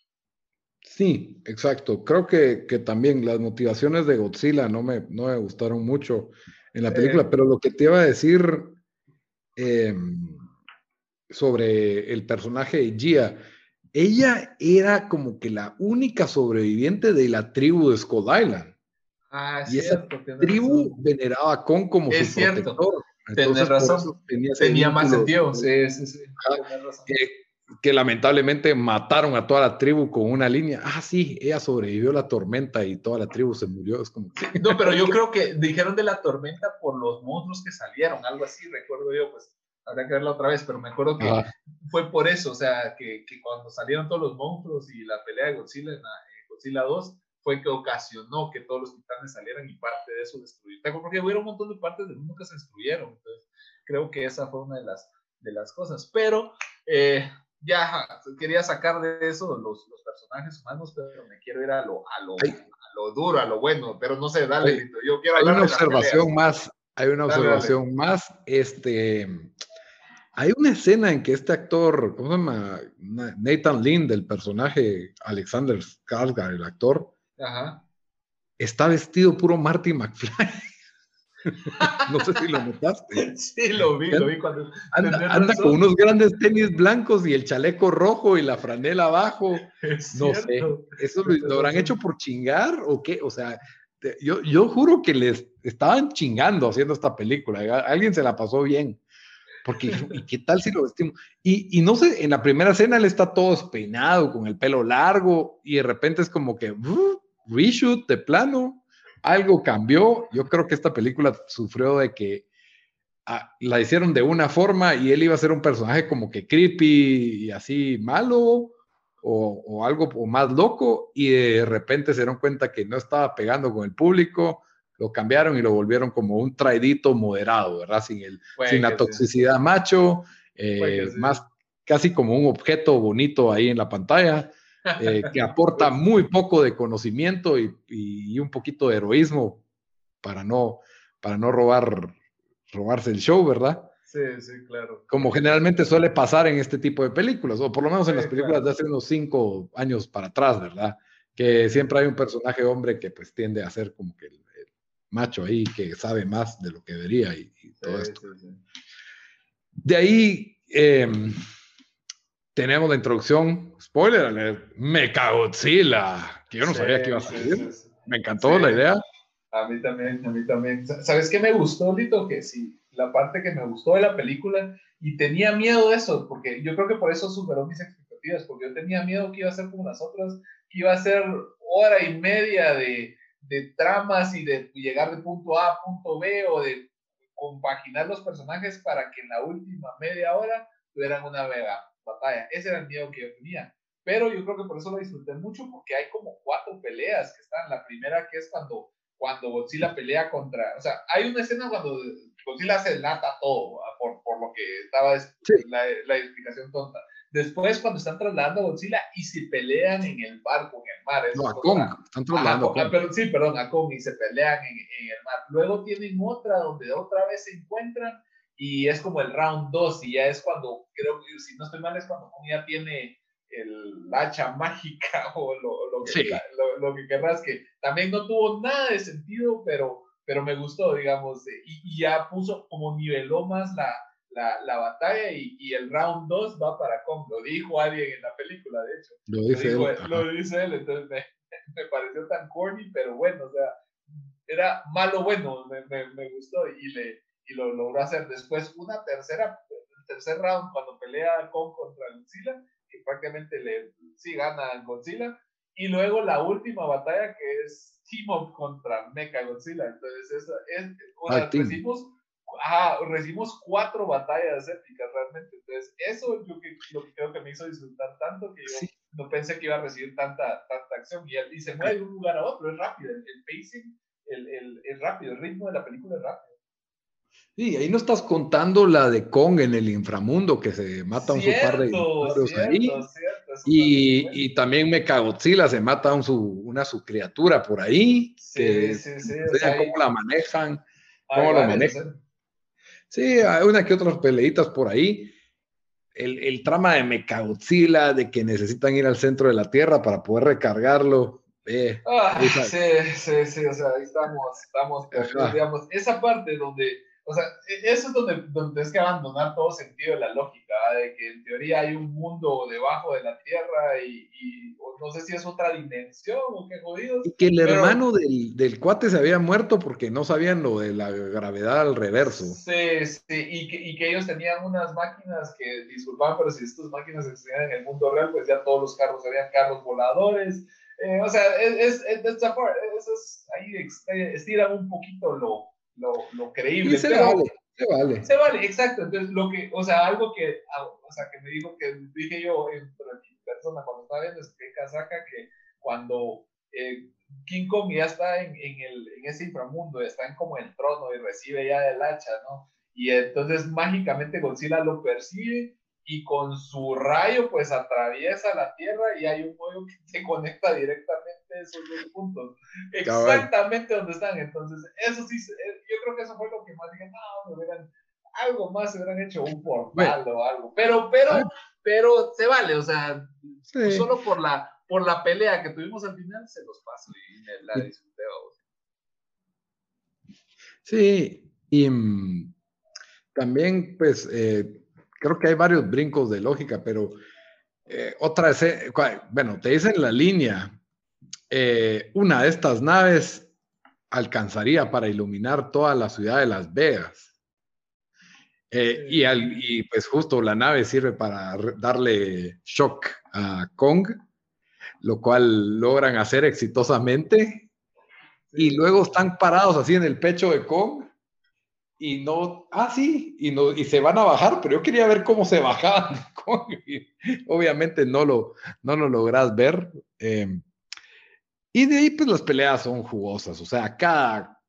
Sí, exacto. Creo que también las motivaciones de Godzilla no me gustaron mucho en la película, pero lo que te iba a decir sobre el personaje de Gia, ella era como que la única sobreviviente de la tribu de Skull Island. Y cierto, esa tribu veneraba a Kong como su protector. Entonces, razón. Tenía más sentido. Sí. Tienes razón. Que lamentablemente mataron a toda la tribu con una línea. Sí, ella sobrevivió a la tormenta y toda la tribu se murió. Es como... No, pero yo creo que dijeron de la tormenta por los monstruos que salieron, algo así, recuerdo yo, pues habría que verla otra vez, pero me acuerdo que fue por eso, o sea, que cuando salieron todos los monstruos y la pelea de Godzilla en Godzilla 2, fue que ocasionó que todos los titanes salieran y parte de eso destruyeron, porque hubo un montón de partes del mundo que se destruyeron. Entonces creo que esa fue una de las cosas, pero ya quería sacar de eso los personajes humanos, pero me quiero ir a lo duro, a lo bueno, pero no sé, dale, Lito, yo quiero hablar de las peleas. Hay una observación más, hay una escena en que este actor, ¿cómo se llama? Nathan Lane, del personaje Alexander Skarsgård, el actor, está vestido puro Marty McFly. No sé si lo notaste. Sí, lo vi cuando anda con unos grandes tenis blancos y el chaleco rojo y la franela abajo. No sé, ¿eso lo habrán hecho por chingar o qué? O sea, yo juro que les estaban chingando haciendo esta película. Alguien se la pasó bien. Porque, ¿y qué tal si lo vestimos? Y no sé, en la primera escena él está todo despeinado, con el pelo largo, y de repente es como que reshoot de plano, algo cambió. Yo creo que esta película sufrió de que la hicieron de una forma y él iba a ser un personaje como que creepy y así malo, o algo más loco, y de repente se dieron cuenta que no estaba pegando con el público, lo cambiaron y lo volvieron como un traidito moderado, ¿verdad? Sin la toxicidad macho, más casi como un objeto bonito ahí en la pantalla, que aporta muy poco de conocimiento y un poquito de heroísmo para no robarse el show, ¿verdad? Sí, claro. Como generalmente suele pasar en este tipo de películas, o por lo menos en las películas de hace unos 5 años para atrás, ¿verdad? Que siempre hay un personaje hombre que pues tiende a ser como que el macho ahí, que sabe más de lo que debería y todo esto. De ahí tenemos la introducción, spoiler alert, Mechagodzilla, que yo no sabía que iba a salir. Me encantó la idea. A mí también. ¿Sabes qué me gustó, Lito? Que sí, la parte que me gustó de la película, y tenía miedo de eso, porque yo creo que por eso superó mis expectativas, porque yo tenía miedo que iba a ser como las otras, que iba a ser 1.5 horas de tramas y de llegar de punto A a punto B, o de compaginar los personajes para que en la última media hora tuvieran una mega batalla. Ese era el miedo que yo tenía. Pero yo creo que por eso lo disfruté mucho, porque hay como 4 peleas que están. La primera, que es cuando Godzilla pelea contra... O sea, hay una escena cuando Godzilla se lata todo, por lo que estaba la explicación tonta. Después, cuando están trasladando a Godzilla y se pelean en el barco, en el mar. No, a Kong. Están trasladando a Kong. A Kong, y se pelean en el mar. Luego tienen otra donde otra vez se encuentran, y es como el round 2, y ya es cuando, creo que si no estoy mal, es cuando Kong ya tiene el hacha mágica o lo que querrás, que también no tuvo nada de sentido, pero me gustó, digamos, y ya puso como niveló más la batalla, y el round 2 va para Kong. Lo dijo alguien en la película, de hecho. Lo dice él, entonces me pareció tan corny, pero bueno, o sea, era malo bueno, me gustó, y lo logró hacer. Después el tercer round, cuando pelea Kong contra Godzilla, que prácticamente sí gana Godzilla, y luego la última batalla, que es Team Up contra Mechagodzilla. Entonces recibimos 4 batallas épicas realmente. Entonces eso es lo que creo que me hizo disfrutar tanto, que yo no pensé que iba a recibir tanta acción, y se mueve de un lugar a otro. Es rápido, el pacing es rápido, el ritmo de la película es rápido. Sí, ahí no estás contando la de Kong en el inframundo, que se mata un su par de dinosaurios ahí. Y también Mechagodzilla se mata su criatura por ahí. O sea, cómo la manejan, cómo lo manejan. Sí, hay una que otras peleitas por ahí. El trama de Mechagodzilla, de que necesitan ir al centro de la Tierra para poder recargarlo. Sí, o sea, ahí estamos digamos, esa parte donde, o sea, eso es donde es que abandonar todo sentido de la lógica, ¿verdad? De que en teoría hay un mundo debajo de la Tierra, y no sé si es otra dimensión o qué jodidos. Y que el hermano del cuate se había muerto porque no sabían lo de la gravedad al reverso. Sí, y que ellos tenían unas máquinas que, disculpaban, pero si estas máquinas existían en el mundo real, pues ya todos los carros serían carros voladores. O sea, ahí estiran un poquito lo creíble. Se vale, exacto. Entonces, algo que me dijo, que dije yo en persona cuando estaba viendo este casaca, que cuando King Kong ya está en ese inframundo, está en como el trono y recibe ya el hacha, ¿no? Y entonces mágicamente Godzilla lo percibe, y con su rayo pues atraviesa la Tierra, y hay un hoyo que se conecta directamente esos 2 puntos, exactamente donde están. Entonces eso sí, yo creo que eso fue lo que más dije, no, algo más se hubieran hecho, un portal o algo, pero se vale, o sea, solo por la pelea que tuvimos al final se los paso, y me la disfruté. Sí, y también pues creo que hay varios brincos de lógica, pero te dicen la línea, una de estas naves alcanzaría para iluminar toda la ciudad de Las Vegas. Y pues justo la nave sirve para darle shock a Kong, lo cual logran hacer exitosamente. Y luego están parados así en el pecho de Kong, y se van a bajar, pero yo quería ver cómo se bajaban de Kong, y obviamente no lo logras ver. Y de ahí pues las peleas son jugosas, o sea, cada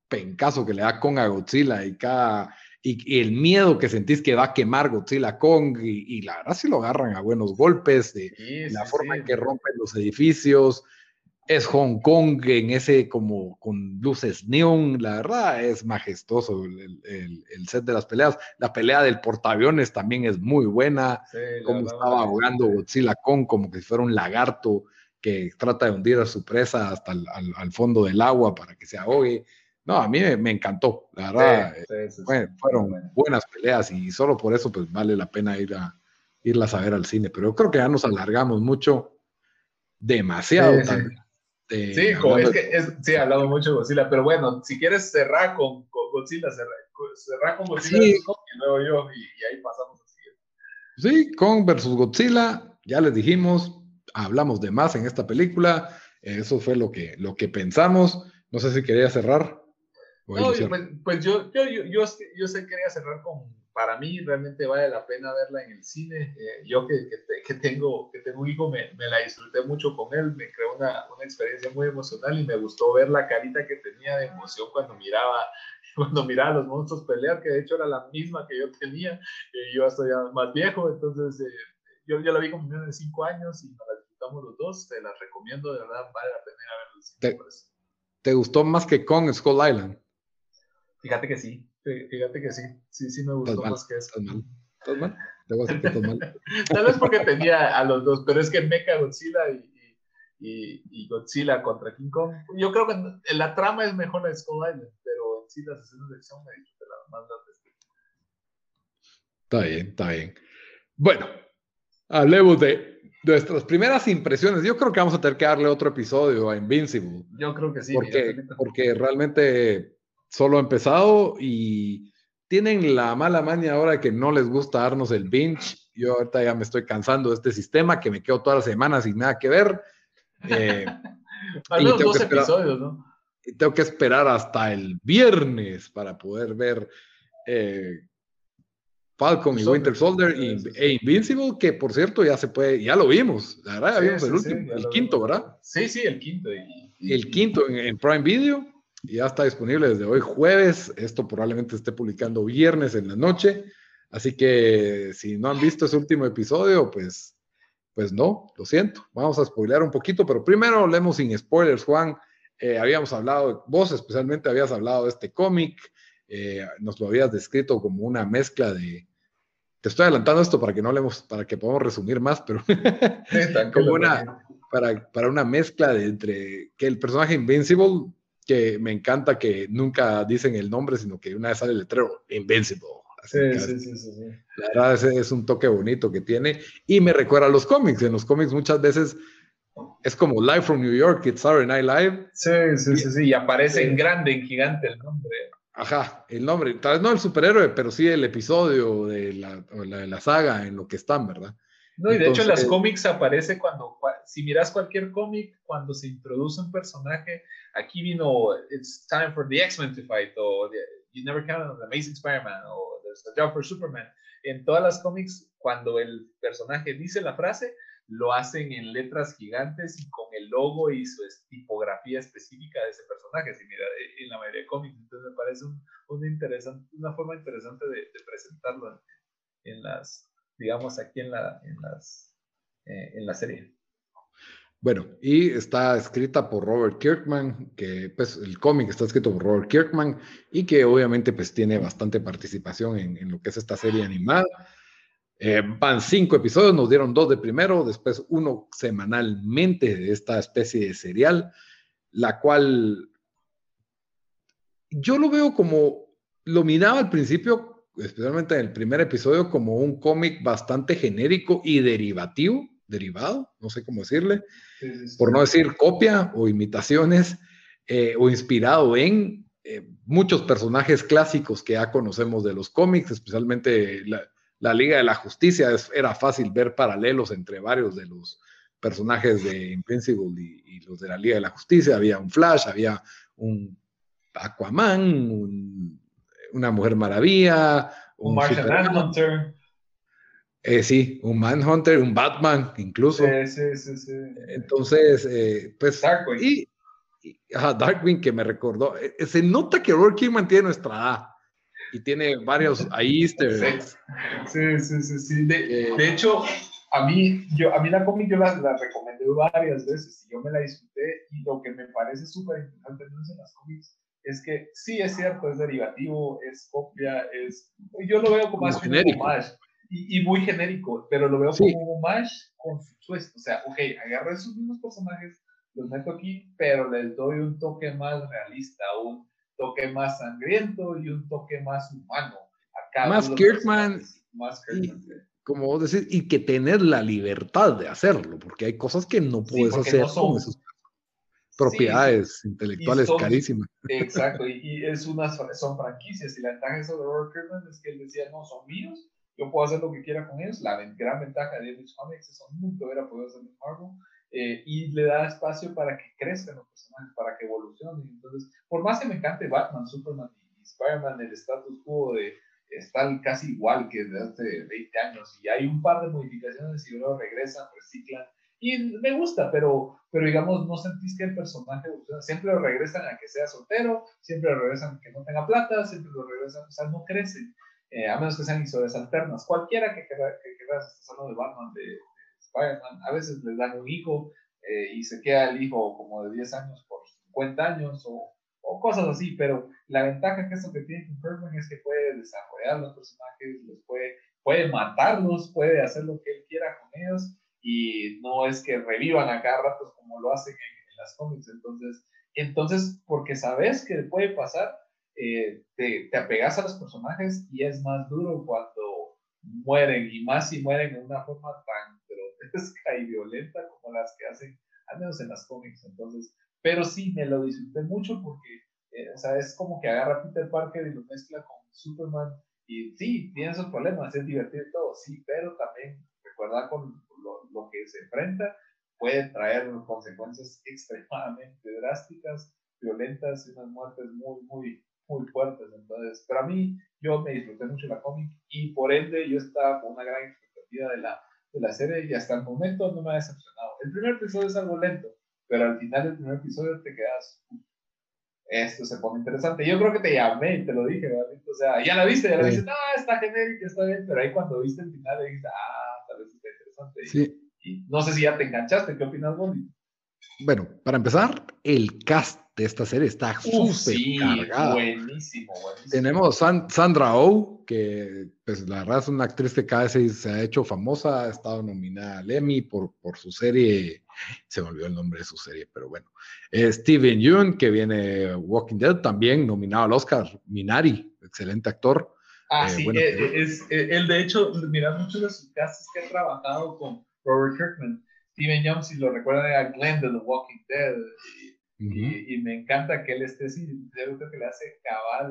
pencazo que le da Kong a Godzilla y el miedo que sentís que va a quemar Godzilla a Kong y la verdad sí lo agarran a buenos golpes, la forma en que rompen los edificios. Es Hong Kong en ese como con luces neón, la verdad es majestuoso el set de las peleas. La pelea del portaaviones también es muy buena, Sí, como estaba ahogando Godzilla Kong como que si fuera un lagarto que trata de hundir a su presa hasta al fondo del agua para que se ahogue. No, a mí me encantó, la verdad. Sí. Fueron buenas peleas y solo por eso pues vale la pena irlas a ver al cine, pero yo creo que ya nos alargamos mucho, demasiado tal vez. Sí, sí, he hablado mucho de Godzilla, pero bueno, si quieres cerrar con Godzilla, cerrar con Godzilla sí. vs. Kong y luego yo, y ahí pasamos al siguiente. Sí, Kong versus Godzilla, ya les dijimos, hablamos de más en esta película, eso fue lo que pensamos, no sé si quería cerrar. No, pues yo quería cerrar con, para mí realmente vale la pena verla en el cine. Yo que tengo un hijo, me la disfruté mucho con él, me creó una experiencia muy emocional y me gustó ver la carita que tenía de emoción cuando miraba a los monstruos pelear, que de hecho era la misma que yo tenía. Yo estoy ya más viejo, entonces yo la vi con mi niño de 5 años y nos la disfrutamos los dos. Te la recomiendo, de verdad, vale la pena ir a verla al cine. ¿Te gustó más que Kong Skull Island? Fíjate que sí, sí me gustó más que eso. ¿Estás mal? Te voy a decir que estás mal. Tal vez porque tenía a los dos, pero es que Mecha Godzilla y Godzilla contra King Kong, yo creo que la trama es mejor la de Skull Island, pero en sí las escenas de acción me disfruté las más grandes. Está bien. Bueno, hablemos de nuestras primeras impresiones. Yo creo que vamos a tener que darle otro episodio a Invincible. Yo creo que sí. Porque realmente solo ha empezado y tienen la mala maña ahora que no les gusta darnos el binge. Yo ahorita ya me estoy cansando de este sistema que me quedo todas las semanas sin nada que ver. Al menos 2 episodios, ¿no? Y tengo que esperar hasta el viernes para poder ver Falcon y Winter Soldier e Invincible, que por cierto ya se puede, ya lo vimos, la verdad, ya vimos el último, el quinto, ¿verdad? Sí, el quinto. El quinto en Prime Video, ya está disponible desde hoy jueves, esto probablemente esté publicando viernes en la noche, así que si no han visto ese último episodio, pues no, lo siento, vamos a spoilear un poquito, pero primero hablemos sin spoilers, Juan. Habíamos hablado, vos especialmente habías hablado de este cómic, nos lo habías descrito como una mezcla de, te estoy adelantando esto para que no hablemos, para que podamos resumir más, pero como para una mezcla de entre que el personaje Invincible, que me encanta que nunca dicen el nombre, sino que una vez sale el letrero Invincible. Sí. La verdad es un toque bonito que tiene y me recuerda a los cómics. En los cómics muchas veces es como Live from New York, It's Saturday Night Live. Sí, y aparece en grande, en gigante el nombre. Ajá, el nombre, tal vez no el superhéroe, pero sí el episodio de la saga en lo que están, ¿verdad? No, y de hecho en las cómics aparece si miras cualquier cómic, cuando se introduce un personaje, aquí vino It's time for the X-Men to fight, o You Never Count on the Amazing Spider-Man, o There's a Job for Superman. En todas las cómics, cuando el personaje dice la frase, lo hacen en letras gigantes y con el logo y su tipografía específica de ese personaje, si mira, en la mayoría de cómics. Entonces me parece una forma interesante de presentarlo en las, digamos, aquí en la serie. Bueno, y está escrita por Robert Kirkman, que pues el cómic está escrito por Robert Kirkman y que obviamente pues tiene bastante participación en lo que es esta serie animada. Van 5 episodios, nos dieron 2 de primero, después 1 semanalmente de esta especie de serial, la cual yo lo veo como, lo miraba al principio, especialmente en el primer episodio, como un cómic bastante genérico y derivado, no sé cómo decirle, por no decir copia o imitaciones, o inspirado en muchos personajes clásicos que ya conocemos de los cómics, especialmente la Liga de la Justicia. Era fácil ver paralelos entre varios de los personajes de Invincible y los de la Liga de la Justicia. Había un Flash, había un Aquaman, una Mujer Maravilla, un Martian Manhunter. Sí, un Manhunter, un Batman incluso. Sí. Entonces, pues... Darkwing. Darkwing, que me recordó. Se nota que Robert Kirkman tiene nuestra edad y tiene varios ahí easter eggs. Sí. De hecho, a mí la cómic yo la recomendé varias veces y yo me la disfruté, y lo que me parece súper interesante en las cómics es que sí es cierto, es derivativo, es copia, yo lo veo como un homage y muy genérico, pero lo veo como un homage con su twist. O sea, ok, agarro esos mismos personajes, los meto aquí, pero les doy un toque más realista, un toque más sangriento y un toque más humano. Más Kirkman, como vos decís, y que tener la libertad de hacerlo, porque hay cosas que no puedes hacer con sus propiedades intelectuales carísimas. Exacto, y son franquicias, y la ventaja de eso de Robert Kirkman es que él decía, no, son míos, yo puedo hacer lo que quiera con ellos. La gran ventaja de Image Comics es que nunca hubiera podido hacer en Marvel, y le da espacio para que crezcan los personajes, para que evolucionen. Entonces, por más que me encante Batman, Superman y Spider-Man, el status quo de están casi igual que desde hace 20 años, y hay un par de modificaciones y luego regresan, reciclan, y me gusta, pero digamos, no sentís que el personaje evoluciona. Siempre lo regresan a que sea soltero, siempre lo regresan a que no tenga plata, siempre lo regresan, o sea, no crece, a menos que sean historias alternas. Cualquiera que quieras, estás hablando de Batman, de Spider-Man, a veces les dan un hijo, y se queda el hijo como de 10 años por 50 años, o cosas así, pero la ventaja que eso que tiene con Kirkman es que puede desarrollar los personajes, puede matarlos, puede hacer lo que él quiera con ellos, y no es que revivan a cada rato como lo hacen en las cómics. Entonces, porque sabes que puede pasar, te apegas a los personajes, y es más duro cuando mueren, y más si mueren de una forma tan grotesca y violenta como las que hacen, al menos en las cómics. Entonces, pero sí, me lo disfruté mucho porque, o sea, es como que agarra a Peter Parker y lo mezcla con Superman, y sí, tiene esos problemas, es divertido y todo, sí, pero también recuerda con lo que se enfrenta, puede traer consecuencias extremadamente drásticas, violentas, y unas muertes muy, muy, muy fuertes. Entonces, para mí, yo me disfruté mucho la cómic, y por ende yo estaba con una gran expectativa de la serie, y hasta el momento no me ha decepcionado. El primer episodio es algo lento, pero al final del primer episodio te quedas, esto se pone interesante. Yo creo que te llamé y te lo dije, ¿verdad? O sea, ya la viste, no, está genérica, está bien, pero ahí cuando viste el final dijiste, tal vez está interesante. Sí. Y no sé si ya te enganchaste. ¿Qué opinas, Bonnie? Bueno, para empezar, el cast de esta serie está súper cargada. Buenísimo. Tenemos Sandra Oh, que pues la verdad es una actriz que cada vez se ha hecho famosa, ha estado nominada al Emmy por su serie, se me olvidó el nombre de su serie, pero bueno. Steven Yeun, que viene Walking Dead, también nominado al Oscar. Minari, excelente actor. Sí, bueno, él de hecho, mira, muchos de sus casts que ha trabajado con Robert Kirkman. Steven Yeun, si lo recuerdan, era Glenn de The Walking Dead, y me encanta que él esté así. Yo creo que le hace cabal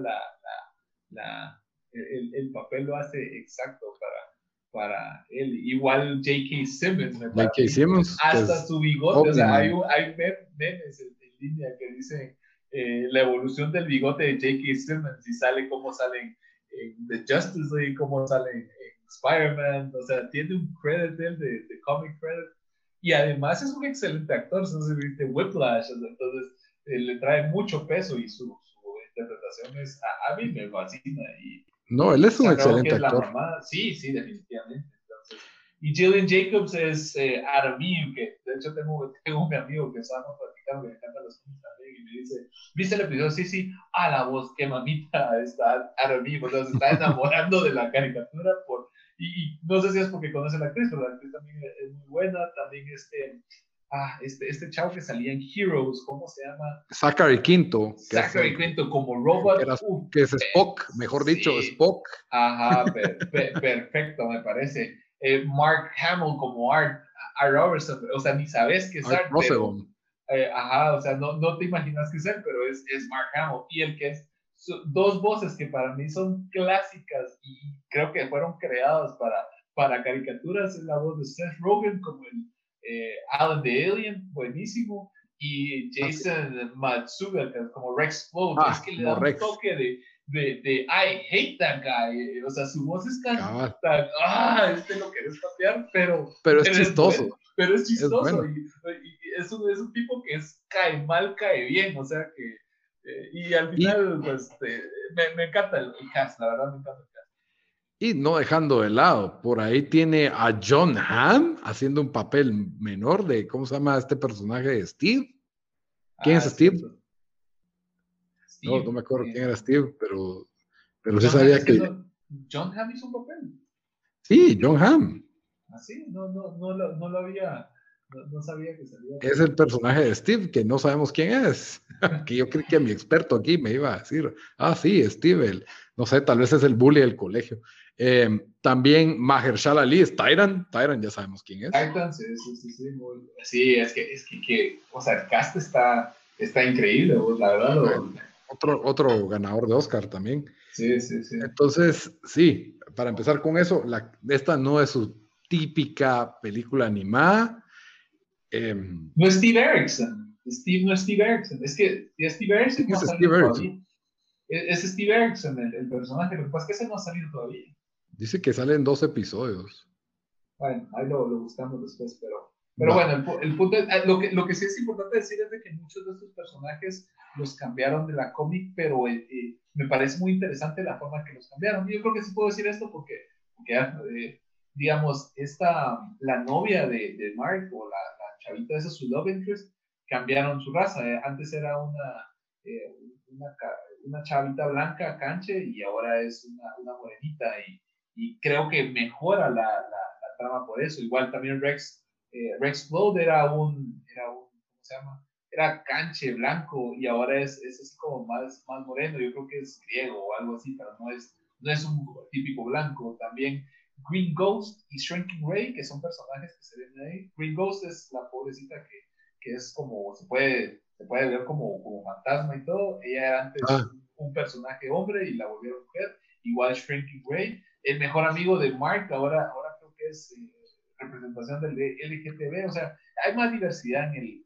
el papel, lo hace exacto para él. Igual J.K. Simmons, me parece. J.K. Simmons, hasta su bigote, o sea, hay memes en línea que dicen la evolución del bigote de J.K. Simmons, y sale cómo salen en The Justice League, cómo sale en Spider-Man. O sea, tiene un credit de comic credit, y además es un excelente actor. Entonces, viste Whiplash, entonces le trae mucho peso, y su interpretación a mí me fascina. No, él es un excelente actor. Sí, definitivamente. Entonces, y Gillian Jacobs es Adam Eve, que de hecho tengo un amigo que estábamos platicando, que me encanta los cómics también, y me dice, ¿viste el episodio? Sí, la voz, qué mamita está Adam Eve. O sea, se está enamorando de la caricatura y no sé si es porque conoce a la actriz, pero la actriz también es muy buena. También este chavo que salía en Heroes, ¿cómo se llama? Zachary Quinto. Zachary Quinto como robot. Que es Spock, mejor dicho, Spock. Ajá, perfecto, me parece. Mark Hamill como Art Robertson, o sea, ni sabes qué es Art, pero, o sea, no te imaginas qué es él, pero es Mark Hamill. Y el que es dos voces que para mí son clásicas y creo que fueron creadas para caricaturas, es la voz de Seth Rogen como el Alan the Alien, buenísimo, y Jason Matsuga como Rex Float. Es que le da un toque de I hate that guy. O sea, su voz es tan lo querés patear, pero es chistoso. Pero es chistoso. Es bueno. es un tipo que cae mal, cae bien, o sea que, y al final, pues, me encanta el cast, la verdad me encanta el cast. Y no dejando de lado, por ahí tiene a John Hamm haciendo un papel menor de, ¿cómo se llama este personaje de Steve? ¿Quién es Steve? Steve? No me acuerdo quién era Steve, pero sí John sabía que... John Hamm hizo un papel. Sí, John Hamm. ¿Así? No lo había, no sabía que salía. Es el personaje de Steve, que no sabemos quién es. Que yo creí que mi experto aquí me iba a decir, sí, Steve, no sé, tal vez es el bully del colegio. También Mahershala Ali es Tyrant ya sabemos quién es. Tyrant, sí, es que, o sea, el cast está increíble, la verdad. Otro ganador de Oscar también. Sí. Entonces, sí, para empezar con eso, esta no es su típica película animada. No es Steve Erickson. No es Steve Erickson. Es que Steve Erickson no ha salido todavía. Es Steve Erickson el personaje. Lo que pasa es que ese no ha salido todavía. Dice que salen 2 episodios. Bueno, ahí lo buscamos después, pero bueno, el punto es, lo que sí es importante decir es de que muchos de estos personajes los cambiaron de la cómic, pero me parece muy interesante la forma que los cambiaron. Y yo creo que sí puedo decir esto porque digamos, la novia de Mark, o la chavita esa, su love interest, cambiaron su raza. Antes era una chavita blanca, canche, y ahora es una morenita, y creo que mejora la trama por eso. Igual también Rex Floyd era un ¿cómo se llama? Era canche blanco, y ahora es así como más moreno. Yo creo que es griego o algo así, pero no es un típico blanco. También Green Ghost y Shrinking Ray, que son personajes que se ven ahí. Green Ghost es la pobrecita que es como, se puede ver como fantasma y todo. Ella era antes un personaje hombre y la volvieron mujer. Igual Shrinking Ray, el mejor amigo de Mark, ahora creo que es representación del LGTB. O sea, hay más diversidad en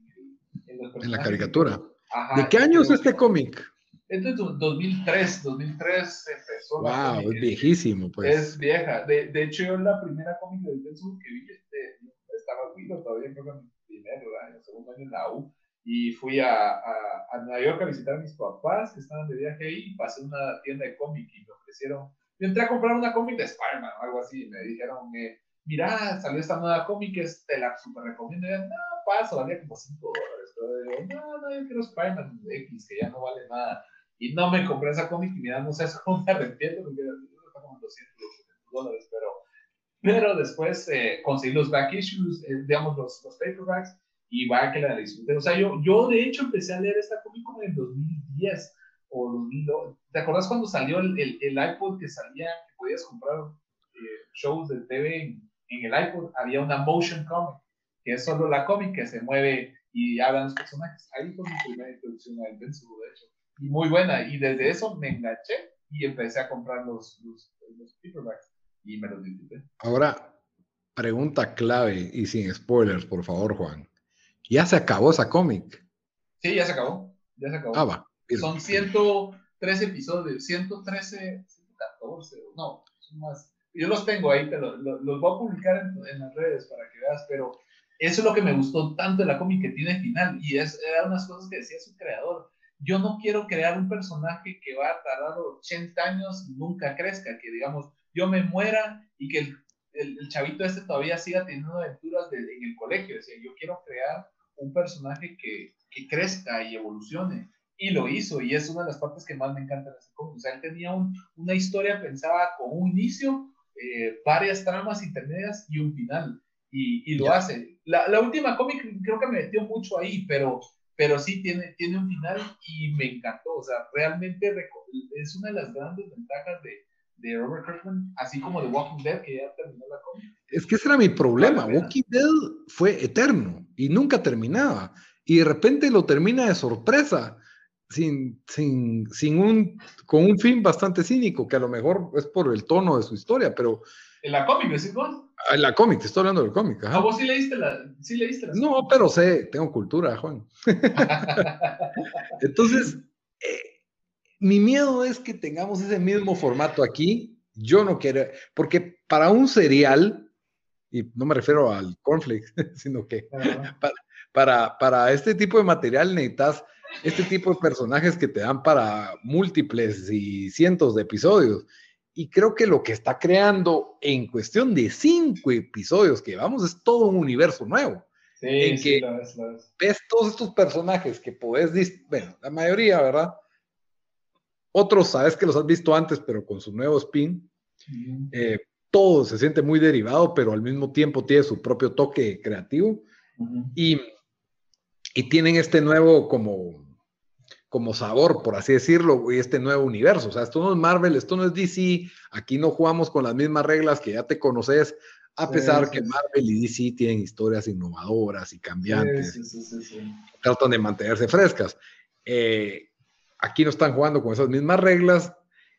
los personajes. En la caricatura. Ajá, ¿De qué año es este cómic? Entonces, 2003 empezó. Wow, es viejísimo, pues. Es vieja. De hecho, yo la primera cómic del Facebook que vi, estaba Guido todavía, creo que en el segundo año en la U, y fui a Nueva York a visitar a mis papás que estaban de viaje ahí, y pasé una tienda de cómic y me ofrecieron, yo entré a comprar una cómic de Spider-Man o algo así, y me dijeron, mira, salió esta nueva cómic, te la super recomiendo. Y yo, no, paso, valía como $5, pero digo, no, yo quiero Spider-Man X, que ya no vale nada. Y no me compré esa cómic, y mira, no sé cómo me arrepiento, porque está como $200, pero después conseguí los back issues, digamos, los paperbacks, y vaya que la disfruté. O sea, yo de hecho empecé a leer esta cómic como en 2010 o 2002. ¿Te acuerdas cuando salió el iPod que salía, que podías comprar shows de TV en el iPod? Había una motion comic, que es solo la cómic que se mueve y hablan los personajes. Ahí fue mi primera introducción al Benzo, de hecho. Y muy buena, y desde eso me enganché y empecé a comprar los paperbacks y me los disfruté. Ahora, pregunta clave y sin spoilers, por favor, Juan. ¿Ya se acabó esa cómic? Sí, ya se acabó. Va. Son 113 episodios, 113, 114, no, son más. Yo los tengo ahí, los voy a publicar en las redes para que veas, pero eso es lo que me gustó tanto de la cómic, que tiene final, y era unas cosas que decía su creador. Yo no quiero crear un personaje que va a tardar 80 años y nunca crezca, que digamos, yo me muera y que el chavito todavía siga teniendo aventuras en el colegio. O sea, yo quiero crear un personaje que crezca y evolucione. Y lo hizo, y es una de las partes que más me encanta de ese cómic. O sea, él tenía una historia pensada con un inicio, varias tramas intermedias y un final. Y lo hace. La última cómic creo que me metió mucho ahí, pero sí tiene un final y me encantó. O sea, realmente es una de las grandes ventajas de Robert Kirkman, así como de Walking Dead, que ya terminó la cómic. Es que ese era mi problema. Walking Dead fue eterno y nunca terminaba. Y de repente lo termina de sorpresa, con un fin bastante cínico, que a lo mejor es por el tono de su historia, pero... ¿En la cómic, decís vos? En la cómic, te estoy hablando del cómic. ¿A vos sí leíste la No, pero tengo cultura, Juan. Entonces, mi miedo es que tengamos ese mismo formato aquí. Yo no quiero, porque para un serial, y no me refiero al cornflakes, sino que para para este tipo de material necesitas este tipo de personajes que te dan para múltiples y cientos de episodios. Y creo que lo que está creando en cuestión de 5 episodios que llevamos es todo un universo nuevo. Sí, en sí, que lo ves. ves todos estos personajes que podés, bueno, la mayoría, ¿verdad? Otros sabes que los has visto antes, pero con su nuevo spin. Todo se siente muy derivado, pero al mismo tiempo tiene su propio toque creativo. Y tienen este nuevo como sabor, por así decirlo, y este nuevo universo. O sea, esto no es Marvel, esto no es DC, aquí no jugamos con las mismas reglas que ya te conoces, a pesar que Marvel y DC tienen historias innovadoras y cambiantes, sí. tratan de mantenerse frescas. Aquí no están jugando con esas mismas reglas,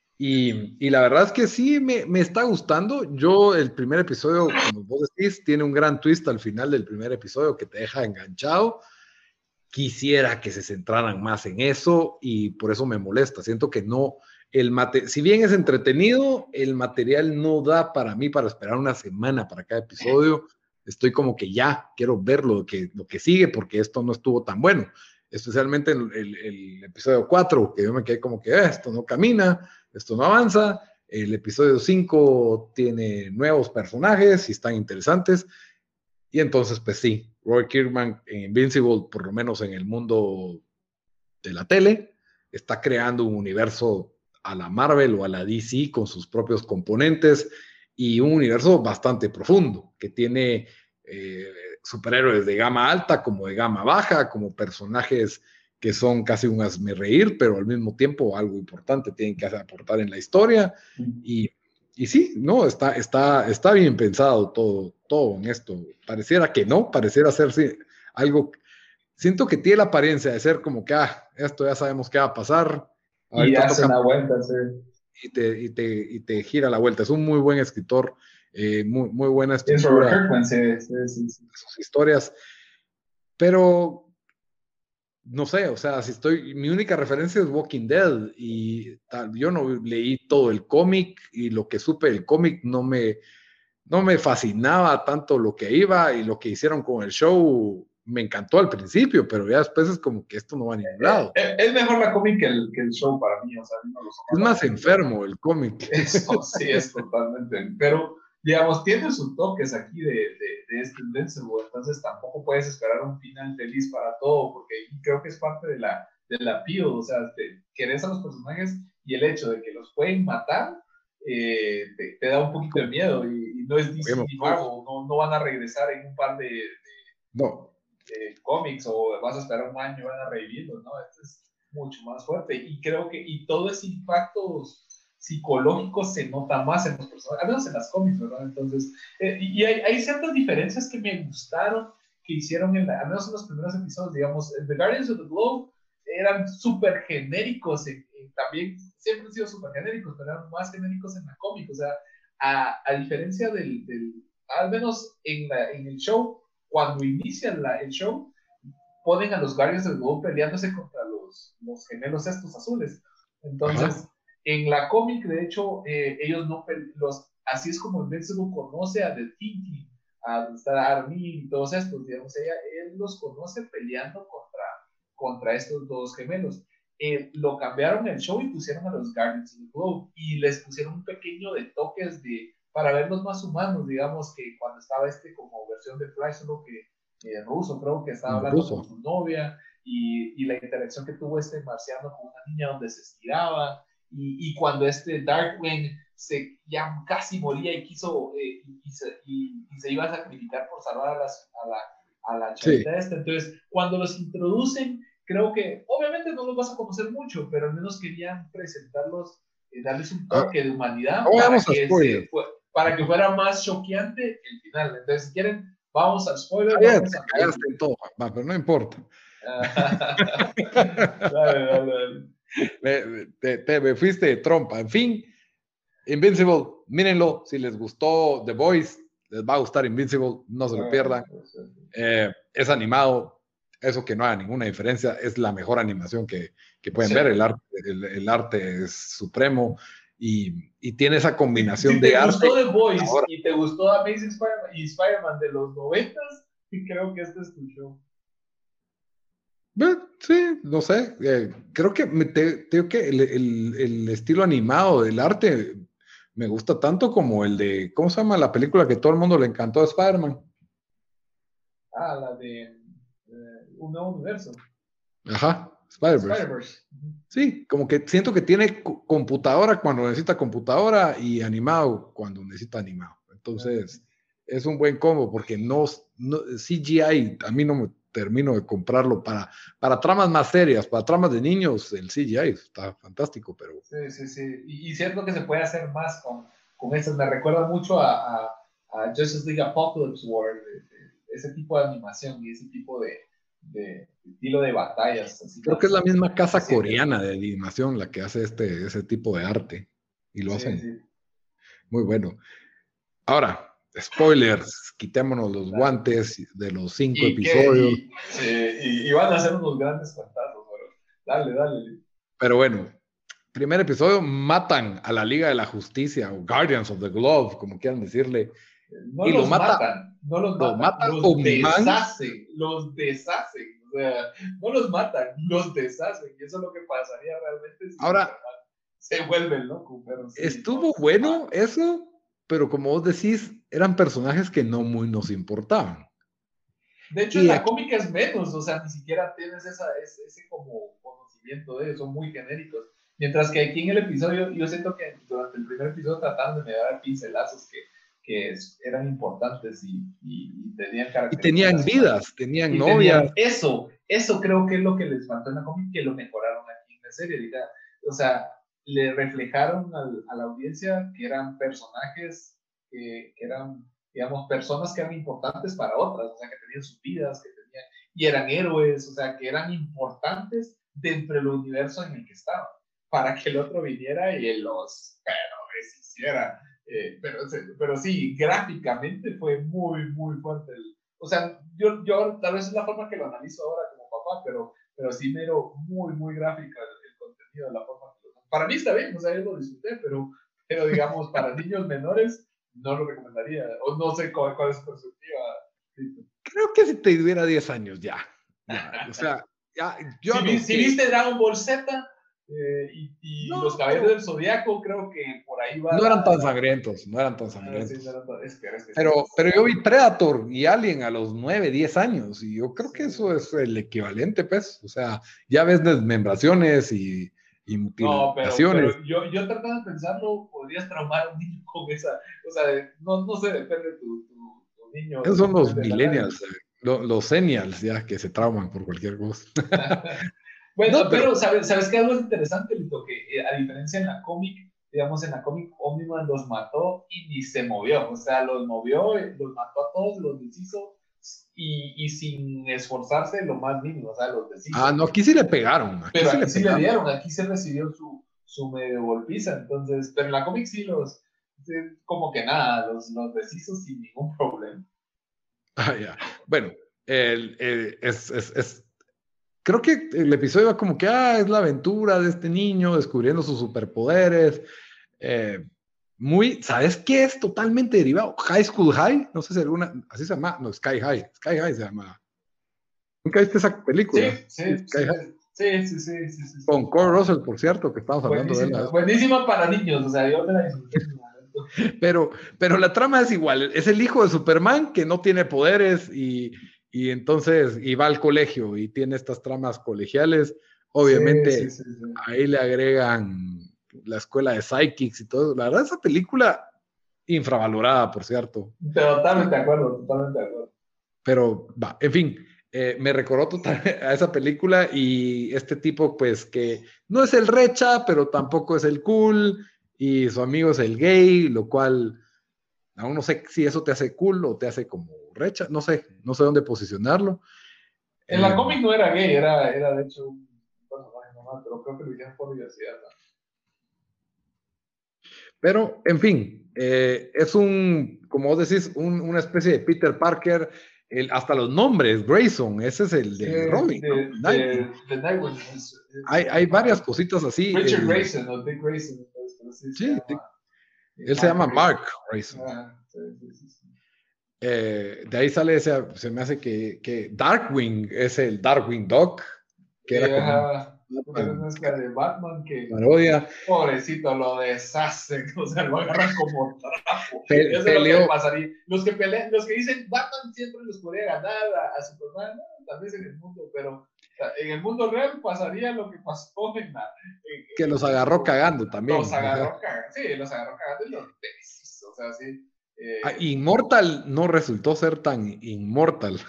y la verdad es que sí me está gustando. Yo, el primer episodio, como vos decís, tiene un gran twist al final del primer episodio que te deja enganchado. Quisiera que se centraran más en eso y por eso me molesta. Siento que no, si bien es entretenido, el material no da para mí para esperar una semana para cada episodio. Estoy como que ya quiero ver lo que sigue porque esto no estuvo tan bueno. Especialmente el episodio 4, que yo me quedé como que esto no camina, esto no avanza. El episodio 5 tiene nuevos personajes y están interesantes. Y entonces, pues sí, Roy Kirkman en Invincible, por lo menos en el mundo de la tele, está creando un universo a la Marvel o a la DC con sus propios componentes y un universo bastante profundo, que tiene superhéroes de gama alta como de gama baja, como personajes que son casi un hazmerreír, pero al mismo tiempo algo importante tienen que aportar en la historia. Y sí, no, está bien pensado todo en esto. Pareciera que no, pareciera ser sí, algo. Siento que tiene la apariencia de ser como que, esto ya sabemos qué va a pasar. Y Ahorita hace toca una vuelta, sí. y te gira la vuelta. Es un muy buen escritor, muy buena estructura Es Robert Kirkman, sí. de sus historias. Pero no sé, o sea, mi única referencia es Walking Dead y yo no leí todo el cómic y lo que supe del cómic no me fascinaba tanto lo que iba y lo que hicieron con el show. Me encantó al principio, pero ya después es como que esto no va a ningún lado. Es mejor la cómic que el show para mí, o sea, no lo Es más enfermo el cómic. Eso sí es totalmente, pero digamos, tiene sus toques aquí de este Invincible, entonces tampoco puedes esperar un final feliz para todo, porque creo que es parte de la appeal, o sea, querés a los personajes y el hecho de que los pueden matar te da un poquito de miedo y no es DC ni Marvel, no van a regresar en un par de cómics o vas a esperar un año y van a revivirlos, ¿no? Esto es mucho más fuerte y creo que todo ese impacto psicológico se nota más en los personajes, al menos en las cómics, ¿verdad? Entonces, y hay ciertas diferencias que me gustaron que hicieron, al menos en los primeros episodios, digamos, The Guardians of the Globe eran súper genéricos, también siempre han sido súper genéricos, pero eran más genéricos en la cómic, o sea, a diferencia al menos en el show, cuando inicia el show, ponen a los Guardians of the Globe peleándose contra los gemelos estos azules. Entonces, en la cómic, de hecho, ellos no así es como Invincible conoce a The Thinking, a Armin y todos estos, digamos, él los conoce peleando contra estos dos gemelos. Lo cambiaron en el show y pusieron a los Guardians of the Globe y les pusieron un pequeño de toques para verlos más humanos, digamos, que cuando estaba como versión de Flash, solo que ruso, creo que estaba hablando con su novia y la interacción que tuvo este marciano con una niña donde se estiraba y cuando Darkwing ya casi moría y quiso y se iba a sacrificar por salvar a la chavita esta. Entonces, cuando los introducen, creo que obviamente no los vas a conocer mucho, pero al menos querían presentarlos, darles un toque de humanidad para que fuera más choqueante el final. Entonces, si quieren, vamos al spoiler. Cagaste en todo, pero no importa. Dale. Me fuiste de trompa. En fin, Invincible, mírenlo. Si les gustó The Voice, les va a gustar Invincible. No se lo pierdan. Es animado. Eso que no haga ninguna diferencia. Es la mejor animación que pueden ver. El arte es supremo. Y tiene esa combinación de arte. Si te gustó The Voice y te gustó Amazing Spider-Man y Spider-Man de los 90s, creo que este es tu show. Sí, no sé. Creo que digo que el estilo animado del arte me gusta tanto como el de, ¿cómo se llama la película que todo el mundo le encantó de Spider-Man? La de Un Nuevo Universo. Ajá, Spider-Verse. Spider-Verse. Sí, como que siento que tiene computadora cuando necesita computadora y animado cuando necesita animado. Entonces, es un buen combo porque CGI, a mí no me termino de comprarlo para tramas más serias, para tramas de niños, el CGI está fantástico, pero... Sí. Y siento que se puede hacer más con eso. Me recuerda mucho a Justice League Apocalypse War, ese tipo de animación y ese tipo de estilo de batallas. Así Creo que es la misma casa recientes. coreana de animación la que hace ese tipo de arte y lo hacen Sí. muy bueno. Ahora, spoilers, quitémonos los Dale. guantes de los 5 ¿Y qué? episodios. Y van a ser unos grandes fantazos, bro. Dale. Pero bueno, primer episodio, matan a la Liga de la Justicia o Guardians of the Glove, como quieran decirle, No y los matan, no los lo matan, mata los Omni-Man. deshacen. O sea, no los matan, los deshacen. Y eso es lo que pasaría realmente si Ahora, se vuelven locos, pero sí, estuvo bueno eso, pero como vos decís, eran personajes que no muy nos importaban. De hecho, en Y la aquí, cómica es menos, o sea, ni siquiera tienes ese como conocimiento de ellos, son muy genéricos. Mientras que aquí en el episodio, yo siento que durante el primer episodio trataron de dar pincelazos que eran importantes y tenían y tenían características humanas. vidas, tenían Y novias. tenían eso creo que es lo que les faltó en la cómic, que lo mejoraron aquí en la serie. Diga. O sea, le reflejaron a la audiencia que eran personajes que eran digamos, personas que eran importantes para otras, o sea, que tenían sus vidas, y eran héroes, o sea, que eran importantes dentro del universo en el que estaban, para que el otro viniera y los deshiciera. Pero sí, gráficamente fue muy fuerte. O sea, yo tal vez es la forma que lo analizo ahora como papá, pero sí miro muy gráfica el contenido, de la forma que lo... Para mí está bien, o sea, yo lo disfruté, pero digamos, para niños menores, no lo recomendaría. O no sé cuál es su perspectiva. Creo que si te tuviera 10 años ya, o sea, ya, yo no Si sé. viste Dragon Ball Z y No, los Caballeros pero del Zodiaco, creo que por ahí va no eran tan sangrientos, no eran tan sí, sangrientos. es que sí. Pero yo vi Predator y Alien a los 9, 10 años y yo creo que eso es el equivalente, pues. O sea, ya ves desmembraciones y No, mutilaciones. yo tratando de pensarlo, podrías traumar a un niño con esa. O sea, no sé, depende de tu niño, Esos son los depende del millennials, análisis. los senials ya que se trauman por cualquier cosa. Bueno, No, pero pero ¿sabes qué? Algo interesante, Lito, que a diferencia en la cómic, digamos, en la cómic Omniman los mató y ni se movió. O sea, los movió, los mató a todos, los deshizo y sin esforzarse lo más mínimo, o sea, los deshizo. no, aquí sí le pegaron, aquí Pero sí le aquí sí le pegaron. dieron, aquí se recibió su medio golpiza. Entonces, pero en la cómic sí como que nada, los deshizo sin ningún problema. Ya. Bueno, creo que el episodio va como que, es la aventura de este niño descubriendo sus superpoderes. ¿Sabes qué es totalmente derivado? High School High, no sé si así se llama, no, Sky High se llama. ¿Nunca viste esa película? Sí, Sky High. Sí. Con Kurt Russell, por cierto, que estamos hablando de él. Buenísima para niños, o sea, yo me la disfruté en su momento. Pero la trama es igual, es el hijo de Superman que no tiene poderes y entonces y va al colegio y tiene estas tramas colegiales. Obviamente Sí. ahí le agregan la escuela de Psychics y todo. La verdad, esa película infravalorada, por cierto. Totalmente de acuerdo, totalmente de acuerdo. Pero va, en fin, me recordó a esa película y este tipo, pues que no es el recha, pero tampoco es el cool y su amigo es el gay, lo cual aún no sé si eso te hace cool o te hace como recha, no sé dónde posicionarlo. En la cómic no era gay, era de hecho un personaje normal, pero creo que lo hicieron por diversidad, ¿no? Pero, en fin, es como vos decís, una especie de Peter Parker, hasta los nombres, Grayson, ese es el de Robin, ¿no? De Nightwing. Hay varias cositas así. Richard Grayson, o Dick Grayson, entonces, pero sí se Sí, llama. él se llama Mark Grayson. Sí. De ahí sale se me hace que Darkwing es el Darkwing Duck. que era como una mezcla de Batman que parodia. Pobrecito, lo deshacen, o sea, lo agarran como trapo. Eso es lo que le pasaría. Los que pelean, los que dicen Batman siempre les podría ganar a Superman, ¿no? Tal vez en el mundo, pero en el mundo real pasaría lo que pasó que los agarró cagando también. Los agarró cagando, sí, los agarró cagando y los deshizo, o sea, sí. Immortal no resultó ser tan inmortal.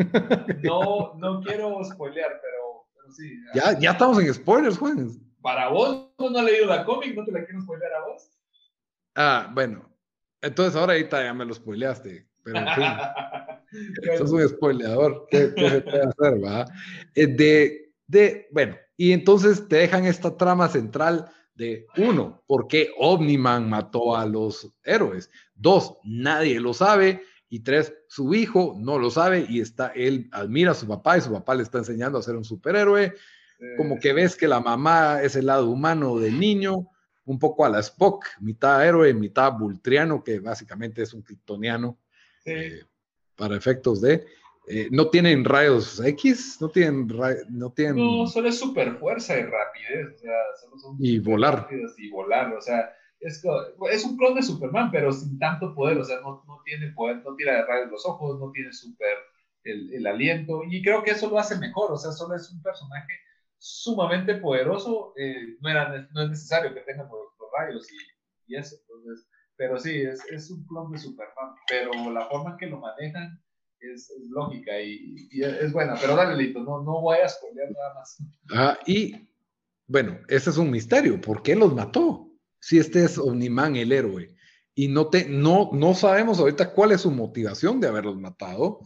No quiero spoilear, pero sí. Ya estamos en spoilers, Juan. Para vos, no has leído la cómic, no te la quiero spoilear a vos. Bueno. Entonces ahorita ya me lo spoileaste. Pero en fin. Sos un spoileador. ¿Qué se puede hacer, va? Bueno, y entonces te dejan esta trama central de 1, ¿por qué Omniman mató a los héroes? 2, nadie lo sabe. Y 3, su hijo no lo sabe y él admira a su papá y su papá le está enseñando a ser un superhéroe. Como que ves que la mamá es el lado humano del niño, un poco a la Spock, mitad héroe, mitad vultriano, que básicamente es un kryptoniano, para efectos de... no tienen rayos X, no tienen... No, solo es super fuerza y rapidez, o sea, solo son y volar. rápidos y volar, o sea, es un clon de Superman, pero sin tanto poder, o sea, no tiene poder, no tira de rayos los ojos, no tiene el aliento, y creo que eso lo hace mejor, o sea, solo es un personaje sumamente poderoso, no es necesario que tenga los rayos y eso, entonces, pero sí, es un clon de Superman, pero la forma en que lo manejan es lógica y es buena, pero dale, Lito, no voy a spoilear nada más. Y bueno, ese es un misterio, ¿por qué los mató? Si este es Omniman el héroe, y no sabemos ahorita cuál es su motivación de haberlos matado.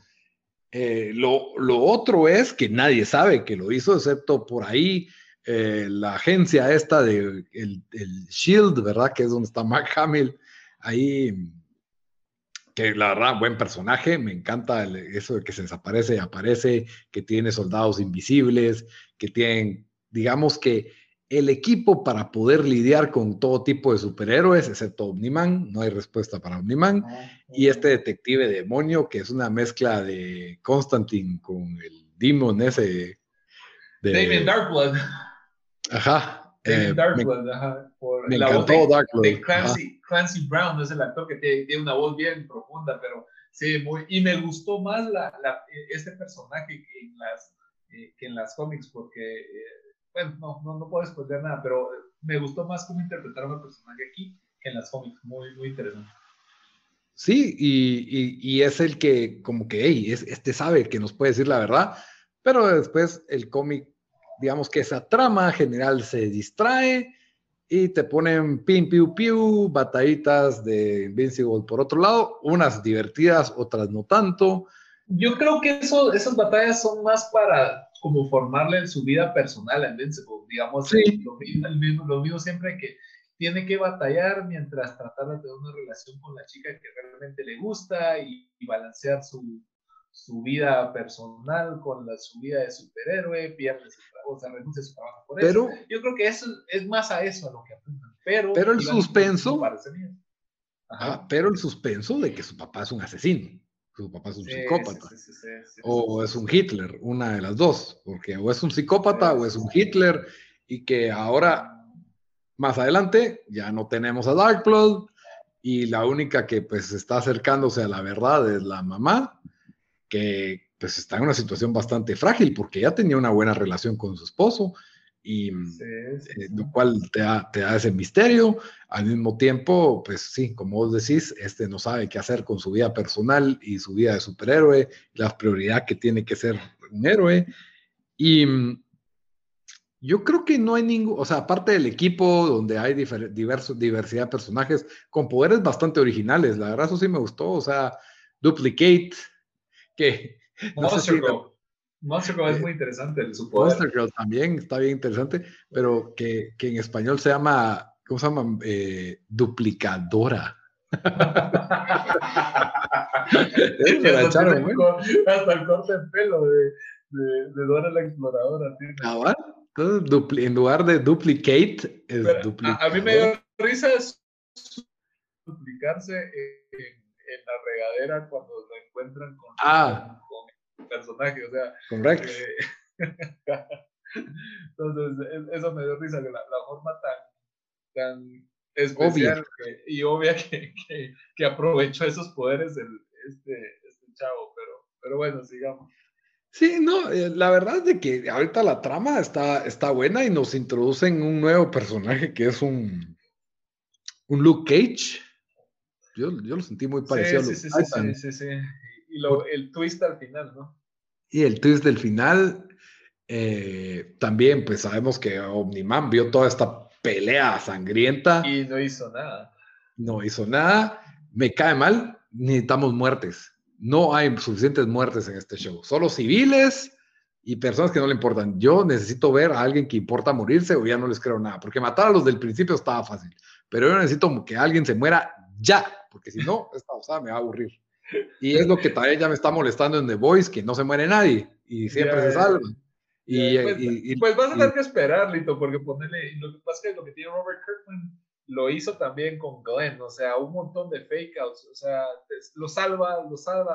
Lo otro es que nadie sabe que lo hizo, excepto por ahí la agencia esta de el Shield, ¿verdad? Que es donde está Mark Hamill, ahí, que la verdad, buen personaje, me encanta eso de que se desaparece y aparece, que tiene soldados invisibles, que tienen, digamos que el equipo para poder lidiar con todo tipo de superhéroes, excepto Omniman, no hay respuesta para Omniman, y este detective demonio, que es una mezcla de Constantine con el demon ese de... Damien Darkblood. Ajá. Damien Darkblood, ajá. Por me la encantó voz Darkblood. de Clancy Brown, es el actor que tiene una voz bien profunda, pero sí, y me gustó más este personaje que en las cómics, porque bueno, no puedo spoiler nada, pero me gustó más cómo interpretaron al personaje aquí que en las cómics. Muy, muy interesante. Sí, y es el que, como que, hey, este sabe que nos puede decir la verdad, pero después el cómic, digamos que esa trama general se distrae y te ponen pin, piu, piu, batallitas de Invincible por otro lado, unas divertidas, otras no tanto. Yo creo que esas batallas son más para como formarle su vida personal a Invincible, digamos, Sí. lo mismo siempre que tiene que batallar mientras tratar de tener una relación con la chica que realmente le gusta y balancear su vida personal con su vida de superhéroe, pierde su trabajo, o sea, renuncia a su trabajo por eso. Yo creo que eso es más a eso a lo que apuntan. Pero el suspenso, pero el suspenso de que su papá es un asesino. Su papá es un psicópata. O es un Hitler, una de las dos. Porque o es un psicópata o es un Hitler. Y que ahora, más adelante, ya no tenemos a Darkblood. Y la única que pues está acercándose a la verdad es la mamá. Que pues está en una situación bastante frágil porque ya tenía una buena relación con su esposo. Y lo cual te da ese misterio. Al mismo tiempo, pues sí, como vos decís, no sabe qué hacer con su vida personal y su vida de superhéroe, la prioridad que tiene que ser un héroe. Y yo creo que no hay ningún, o sea, aparte del equipo donde hay diversidad de personajes con poderes bastante originales, la verdad eso sí me gustó, o sea, Duplicate, que no sé si... Monster Girl es muy interesante, su poder. Monster Girl también está bien interesante, pero que en español se llama, ¿cómo se llama? Duplicadora. Hasta el corte de pelo de Dora la Exploradora. Entonces, en lugar de duplicate, es duplicadora. A mí me dio risa duplicarse en la regadera cuando lo encuentran con el personaje, o sea. Con Rex. Entonces, eso me dio risa, que la forma tan Obvia. especial y obvia que aprovechó esos poderes este chavo, pero bueno, sigamos. Sí, no, la verdad es de que ahorita la trama está buena y nos introducen un nuevo personaje que es un Luke Cage. Yo lo sentí muy Sí, parecido a sí, Luke sí, sí, Titan. sí, sí, sí. Y Por- el twist al final, ¿no? Y el twist del final, también pues sabemos que Omniman vio toda esta pelea sangrienta, Y no hizo nada. no hizo nada, me cae mal, necesitamos muertes. No hay suficientes muertes en este show, solo civiles y personas que no le importan. Yo necesito ver a alguien que importa morirse o ya no les creo nada, porque matar a los del principio estaba fácil, pero yo necesito que alguien se muera ya, porque si no, esta osada me va a aburrir. Y es lo que también ya me está molestando en The Voice, que no se muere nadie y siempre Ya, se salva. Y, ya. Pues vas a y tener que esperar, Lito, porque ponerle, lo que pasa es que lo que tiene Robert Kirkman lo hizo también con Glenn, o sea, un montón de fake outs, o sea, lo salva,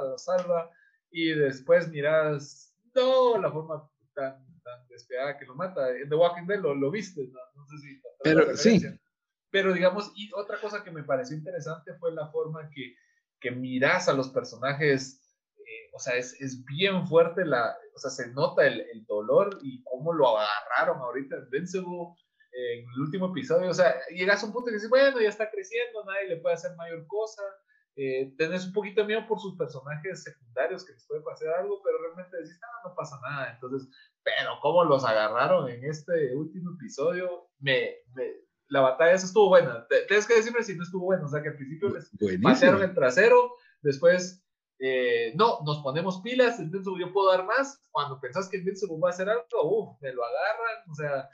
y después miras, no, la forma tan despiadada que lo mata. En The Walking Dead lo viste, no sé si encontrás la pero referencia. sí, Pero digamos, y otra cosa que me pareció interesante fue la forma que miras a los personajes, o sea, es bien fuerte, o sea, se nota el dolor y cómo lo agarraron ahorita en Invincible, en el último episodio, o sea, llegas a un punto que dices, bueno, ya está creciendo, nadie le puede hacer mayor cosa, tenés un poquito de miedo por sus personajes secundarios que les puede pasar algo, pero realmente decís, no pasa nada, entonces, pero cómo los agarraron en este último episodio, la batalla esa estuvo buena. Tienes que decirme si no estuvo buena. O sea, que al principio les patearon buenísima. el trasero, después, no, nos ponemos pilas, entonces yo puedo dar más. Cuando pensás que Invincible va a hacer algo, me lo agarran, o sea,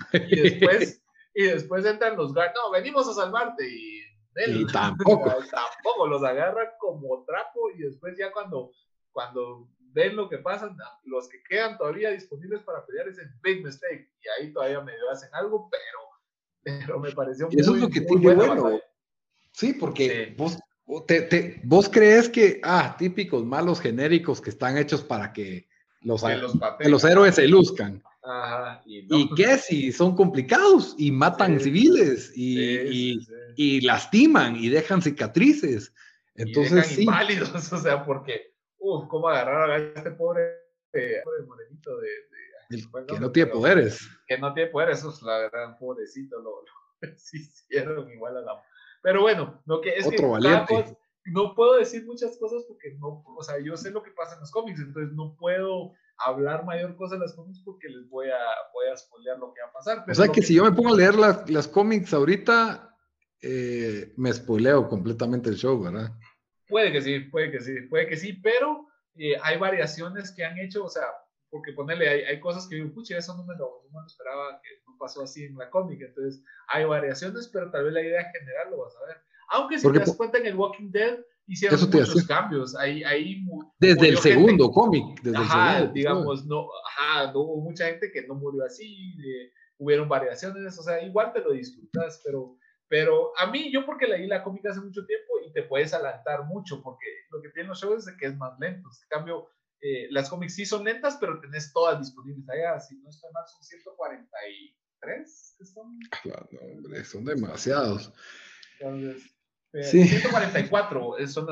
y después entran los guards, no, venimos a salvarte, y él Y tampoco. tampoco los agarran como trapo, y después ya cuando ven lo que pasa, los que quedan todavía disponibles para pelear es el big mistake, y ahí todavía medio hacen algo, pero me pareció Y eso es muy, lo que muy tiene buena bueno. batalla. Sí, porque Sí, vos crees que, típicos malos genéricos que están hechos para que los que los pateen, héroes ajá, se luzcan. ajá, y no. ¿Y qué si son complicados y matan Sí, civiles sí, sí, sí. y lastiman y dejan cicatrices? Y dejan Entonces, sí, inválidos, o sea, porque, cómo agarraron a este pobre morenito el se fue el que no nombre, tiene pero poderes. que no tiene poder, eso es la verdad, pobrecito, sí hicieron igual a la. Pero bueno, lo que es Otro que cada valiente. cosa, no puedo decir muchas cosas porque no, o sea, yo sé lo que pasa en los cómics, entonces no puedo hablar mayor cosa de los cómics porque voy a spoilear lo que va a pasar, O pero sea lo que que si yo me pongo a leer las cómics ahorita, me spoileo completamente el show, ¿verdad? puede que sí, puede que sí, pero hay variaciones que han hecho, o sea, porque ponerle, hay cosas que digo, pucha, eso no me lo esperaba, que no pasó así en la cómica, entonces hay variaciones, pero tal vez la idea general lo vas a ver. Aunque si te Porque das cuenta en el Walking Dead hicieron eso te decía. muchos cambios, ahí Desde el murió gente, segundo cómic, desde el ajá, segundo episodio. digamos, no hubo mucha gente que no murió así, hubieron variaciones, o sea, igual te lo disfrutas, pero a mí, yo porque leí la cómica hace mucho tiempo y te puedes adelantar mucho, porque lo que tienen los shows es que es más lento. En cambio, las cómics sí son lentas, pero tenés todas disponibles allá. Si no estoy mal, son 143 que son. No, hombre, son demasiados. Entonces, Sí, 144 son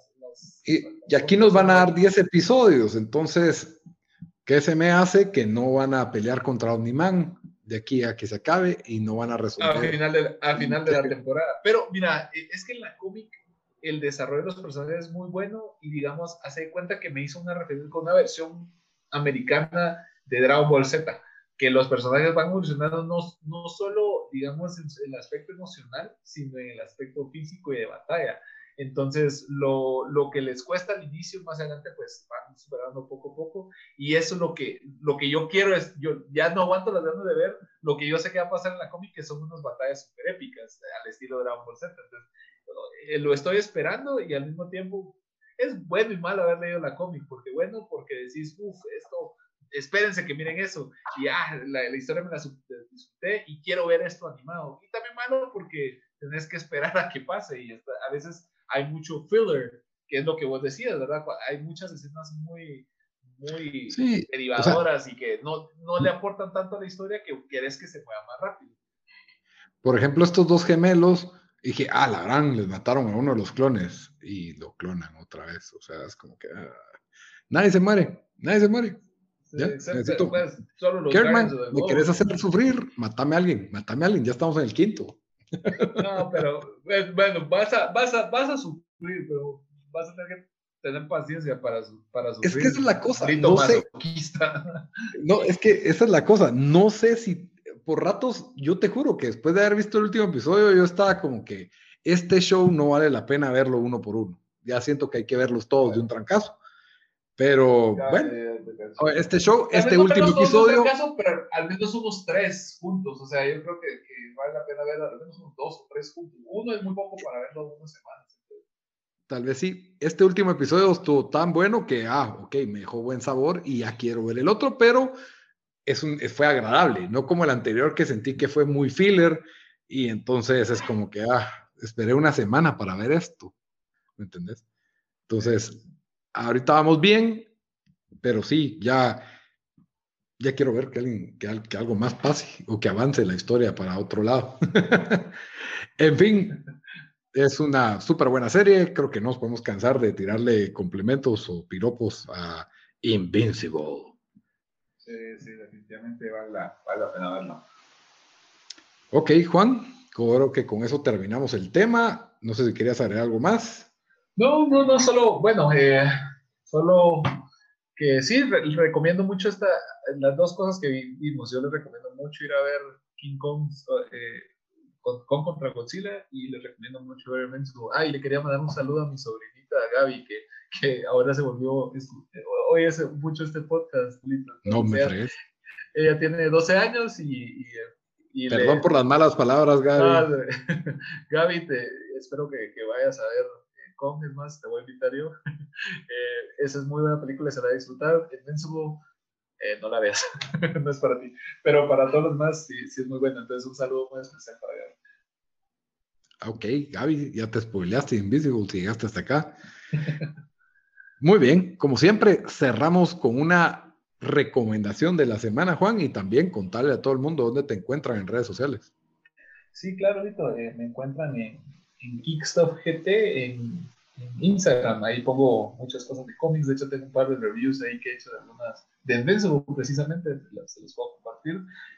y las aquí nos cómicas van son a dar buenas. 10 episodios, entonces, ¿qué se me hace? Que no van a pelear contra Omniman de aquí a que se acabe y no van a resolver. Al final de la temporada. Pero mira, es que en la cómic el desarrollo de los personajes es muy bueno y digamos, hace cuenta que me hizo una referencia con una versión americana de Dragon Ball Z, que los personajes van evolucionando no solo, digamos, en el aspecto emocional, sino en el aspecto físico y de batalla. Entonces, lo que les cuesta al inicio, más adelante, pues van superando poco a poco. Y eso es lo que yo quiero, yo ya no aguanto las ganas de ver lo que yo sé que va a pasar en la cómic, que son unas batallas super épicas, al estilo de Dragon Ball Z. Entonces, lo estoy esperando y al mismo tiempo es bueno y malo haber leído la cómic, porque bueno, porque decís, esto, espérense que miren eso, y la historia me la disfruté y quiero ver esto animado. Y también malo porque tenés que esperar a que pase y a veces hay mucho filler, que es lo que vos decías, ¿verdad? Hay muchas escenas muy muy Sí, o sea, derivadoras y que no le aportan tanto a la historia que querés que se mueva más rápido. por ejemplo, estos dos gemelos, dije, la gran, les mataron a uno de los clones y lo clonan otra vez. O sea, es como que nadie se muere, nadie se muere. Sí, Ya, excepto, necesito. pues, solo los Kerman, Guardians of the ¿me querés Globe. hacer sufrir? Mátame a alguien, ya estamos en el quinto. No, pero bueno, vas a sufrir, pero vas a tener que tener paciencia para Es que sufrir. esa es la cosa, Grito no sé, masoquista. no, es que esa es la cosa, no sé si por ratos, yo te juro que después de haber visto el último episodio, yo estaba como que este show no vale la pena verlo uno por uno. Ya siento que hay que verlos todos de un trancazo. Pero bueno, este show, Tal vez este no último verlos todos de un episodio, fracaso, pero al menos unos 3 juntos. O sea, yo creo que vale la pena ver al menos unos 2 o 3 juntos. Uno es muy poco para verlo una semana. tal vez sí, este último episodio estuvo tan bueno que, ok, me dejó buen sabor y ya quiero ver el otro, pero fue agradable, no como el anterior que sentí que fue muy filler y entonces es como que, esperé una semana para ver esto, ¿me entendés? Entonces, ahorita vamos bien, pero sí, ya quiero ver que algo más pase o que avance la historia para otro lado. En fin, es una súper buena serie. Creo que no nos podemos cansar de tirarle complementos o piropos a Invincible. Sí, definitivamente vale la pena verlo. Ok, Juan, creo que con eso terminamos el tema. No sé si querías agregar algo más. No, solo, bueno, solo que sí, recomiendo mucho las dos cosas que vimos. Yo les recomiendo mucho ir a ver King Kong, Kong contra Godzilla, y les recomiendo mucho ver Invincible. Y le quería mandar un saludo a mi sobrinita Gaby, que ahora se volvió, hoy es mucho este podcast. No me Entonces, fregues. ella tiene 12 años y Perdón por las malas palabras, Gaby. Gaby, espero que vayas a ver Kong, es más, te voy a invitar yo. Esa es muy buena película, se la va a disfrutar. Invincible, no la veas, no es para ti, pero para todos los demás sí es muy buena. Entonces, un saludo muy especial para Gaby. Ok, Gaby, ya te spoileaste Invisible si llegaste hasta acá. Muy bien, como siempre, cerramos con una recomendación de la semana, Juan, y también contarle a todo el mundo dónde te encuentran en redes sociales. Sí, claro, Lito, me encuentran en GeekStuffGT en Instagram. Ahí pongo muchas cosas de cómics. De hecho, tengo un par de reviews ahí que he hecho de algunas de Invincible, precisamente, se los puedo compartir.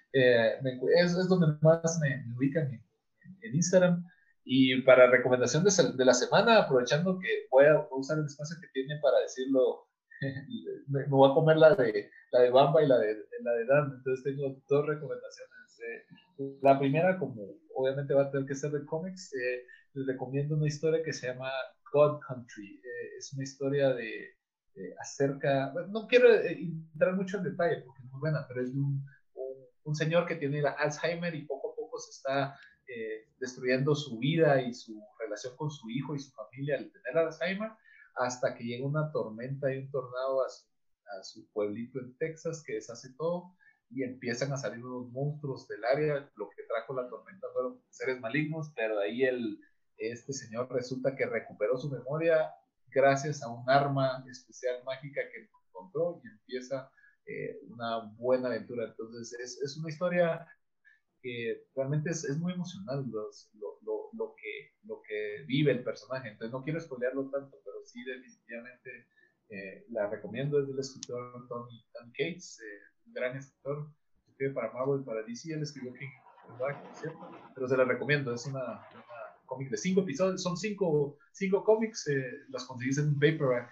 Es donde más me ubican en Instagram. Y para recomendación de la semana, aprovechando que voy a usar el espacio que tiene para decirlo, me voy a comer la de Bamba y la de Dan. Entonces tengo dos recomendaciones. La primera, como obviamente va a tener que ser de cómics, les recomiendo una historia que se llama God Country. Es una historia acerca, bueno, no quiero entrar mucho en detalle porque es muy buena, pero es de un señor que tiene Alzheimer y poco a poco se está destruyendo su vida y su relación con su hijo y su familia al tener Alzheimer, hasta que llega una tormenta y un tornado a su pueblito en Texas que deshace todo y empiezan a salir unos monstruos del área. Lo que trajo la tormenta fueron seres malignos, pero de ahí este señor resulta que recuperó su memoria gracias a un arma especial mágica que encontró y empieza una buena aventura. Entonces es una historia que realmente es muy emocional lo que vive el personaje. Entonces no quiero spoilearlo tanto, pero sí definitivamente la recomiendo. Es del escritor Tony Cates, un gran escritor, escribe para Marvel, para DC. Él escribió King of Black, ¿cierto? Pero se la recomiendo. Es una cómic de 5 episodios, son 5 cómics, las conseguís en un paperback,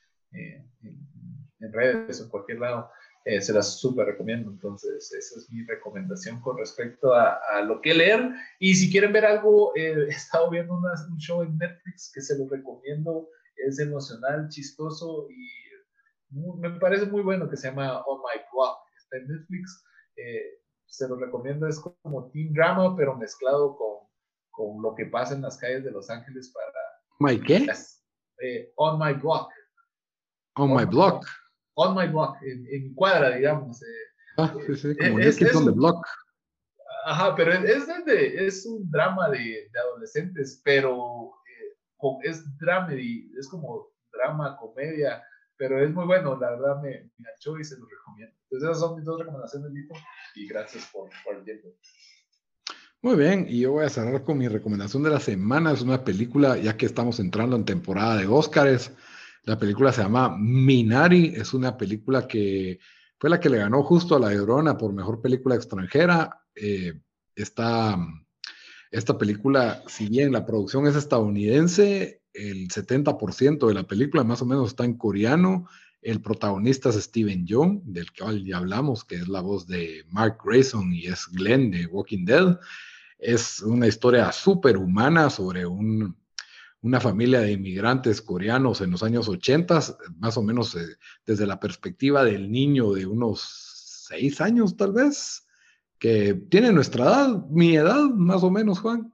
en redes o en cualquier lado. Se las súper recomiendo. Entonces, esa es mi recomendación con respecto a lo que leer. Y si quieren ver algo, he estado viendo un show en Netflix que se lo recomiendo. Es emocional, chistoso y me parece muy bueno, que se llama On My Block. Está en Netflix. Se lo recomiendo. Es como teen drama, pero mezclado con lo que pasa en las calles de Los Ángeles para... ¿My qué? On My Block. On My Block. On My Block, en mi cuadra, digamos. Sí, como New Kids on the Block. Ajá, pero es un drama de adolescentes, pero es dramedy, es como drama, comedia, pero es muy bueno, la verdad me enganchó y se lo recomiendo. Entonces esas son mis 2 recomendaciones, Lito, y gracias por el tiempo. Muy bien, y yo voy a cerrar con mi recomendación de la semana. Es una película, ya que estamos entrando en temporada de Óscares. La película se llama Minari. Es una película que fue la que le ganó justo a La Llorona por mejor película extranjera. Esta película, si bien la producción es estadounidense, el 70% de la película más o menos está en coreano. El protagonista es Steven Yeun, del que ya hablamos, que es la voz de Mark Grayson y es Glenn de Walking Dead. Es una historia súper humana sobre una familia de inmigrantes coreanos en los años 80, más o menos desde la perspectiva del niño de unos 6 años tal vez, que tiene nuestra edad, mi edad más o menos, Juan,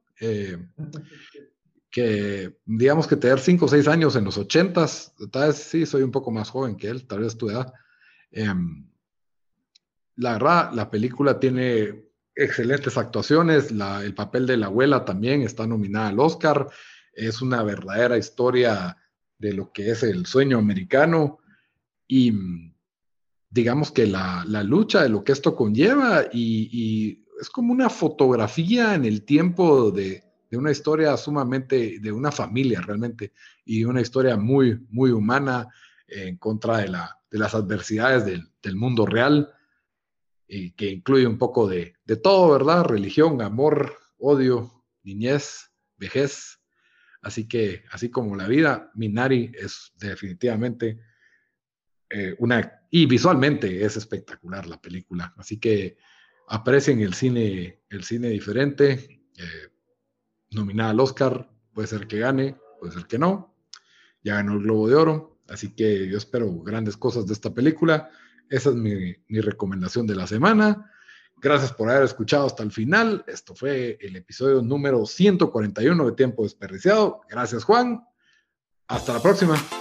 que digamos que tener 5 o 6 años en los 80s, tal vez sí soy un poco más joven que él, tal vez tu edad. La verdad, la película tiene excelentes actuaciones, el papel de la abuela también está nominada al Oscar, es una verdadera historia de lo que es el sueño americano y digamos que la lucha de lo que esto conlleva y es como una fotografía en el tiempo de una historia sumamente, de una familia realmente, y una historia muy, muy humana en contra de las adversidades del mundo real, y que incluye un poco de todo, ¿verdad? Religión, amor, odio, niñez, vejez. Así que, así como la vida, Minari es definitivamente y visualmente es espectacular la película. Así que aprecien el cine diferente. Nominada al Oscar, puede ser que gane, puede ser que no. Ya ganó el Globo de Oro, así que yo espero grandes cosas de esta película. Esa es mi recomendación de la semana. Gracias por haber escuchado hasta el final. Esto fue el episodio número 141 de Tiempo Desperdiciado. Gracias, Juan. Hasta la próxima.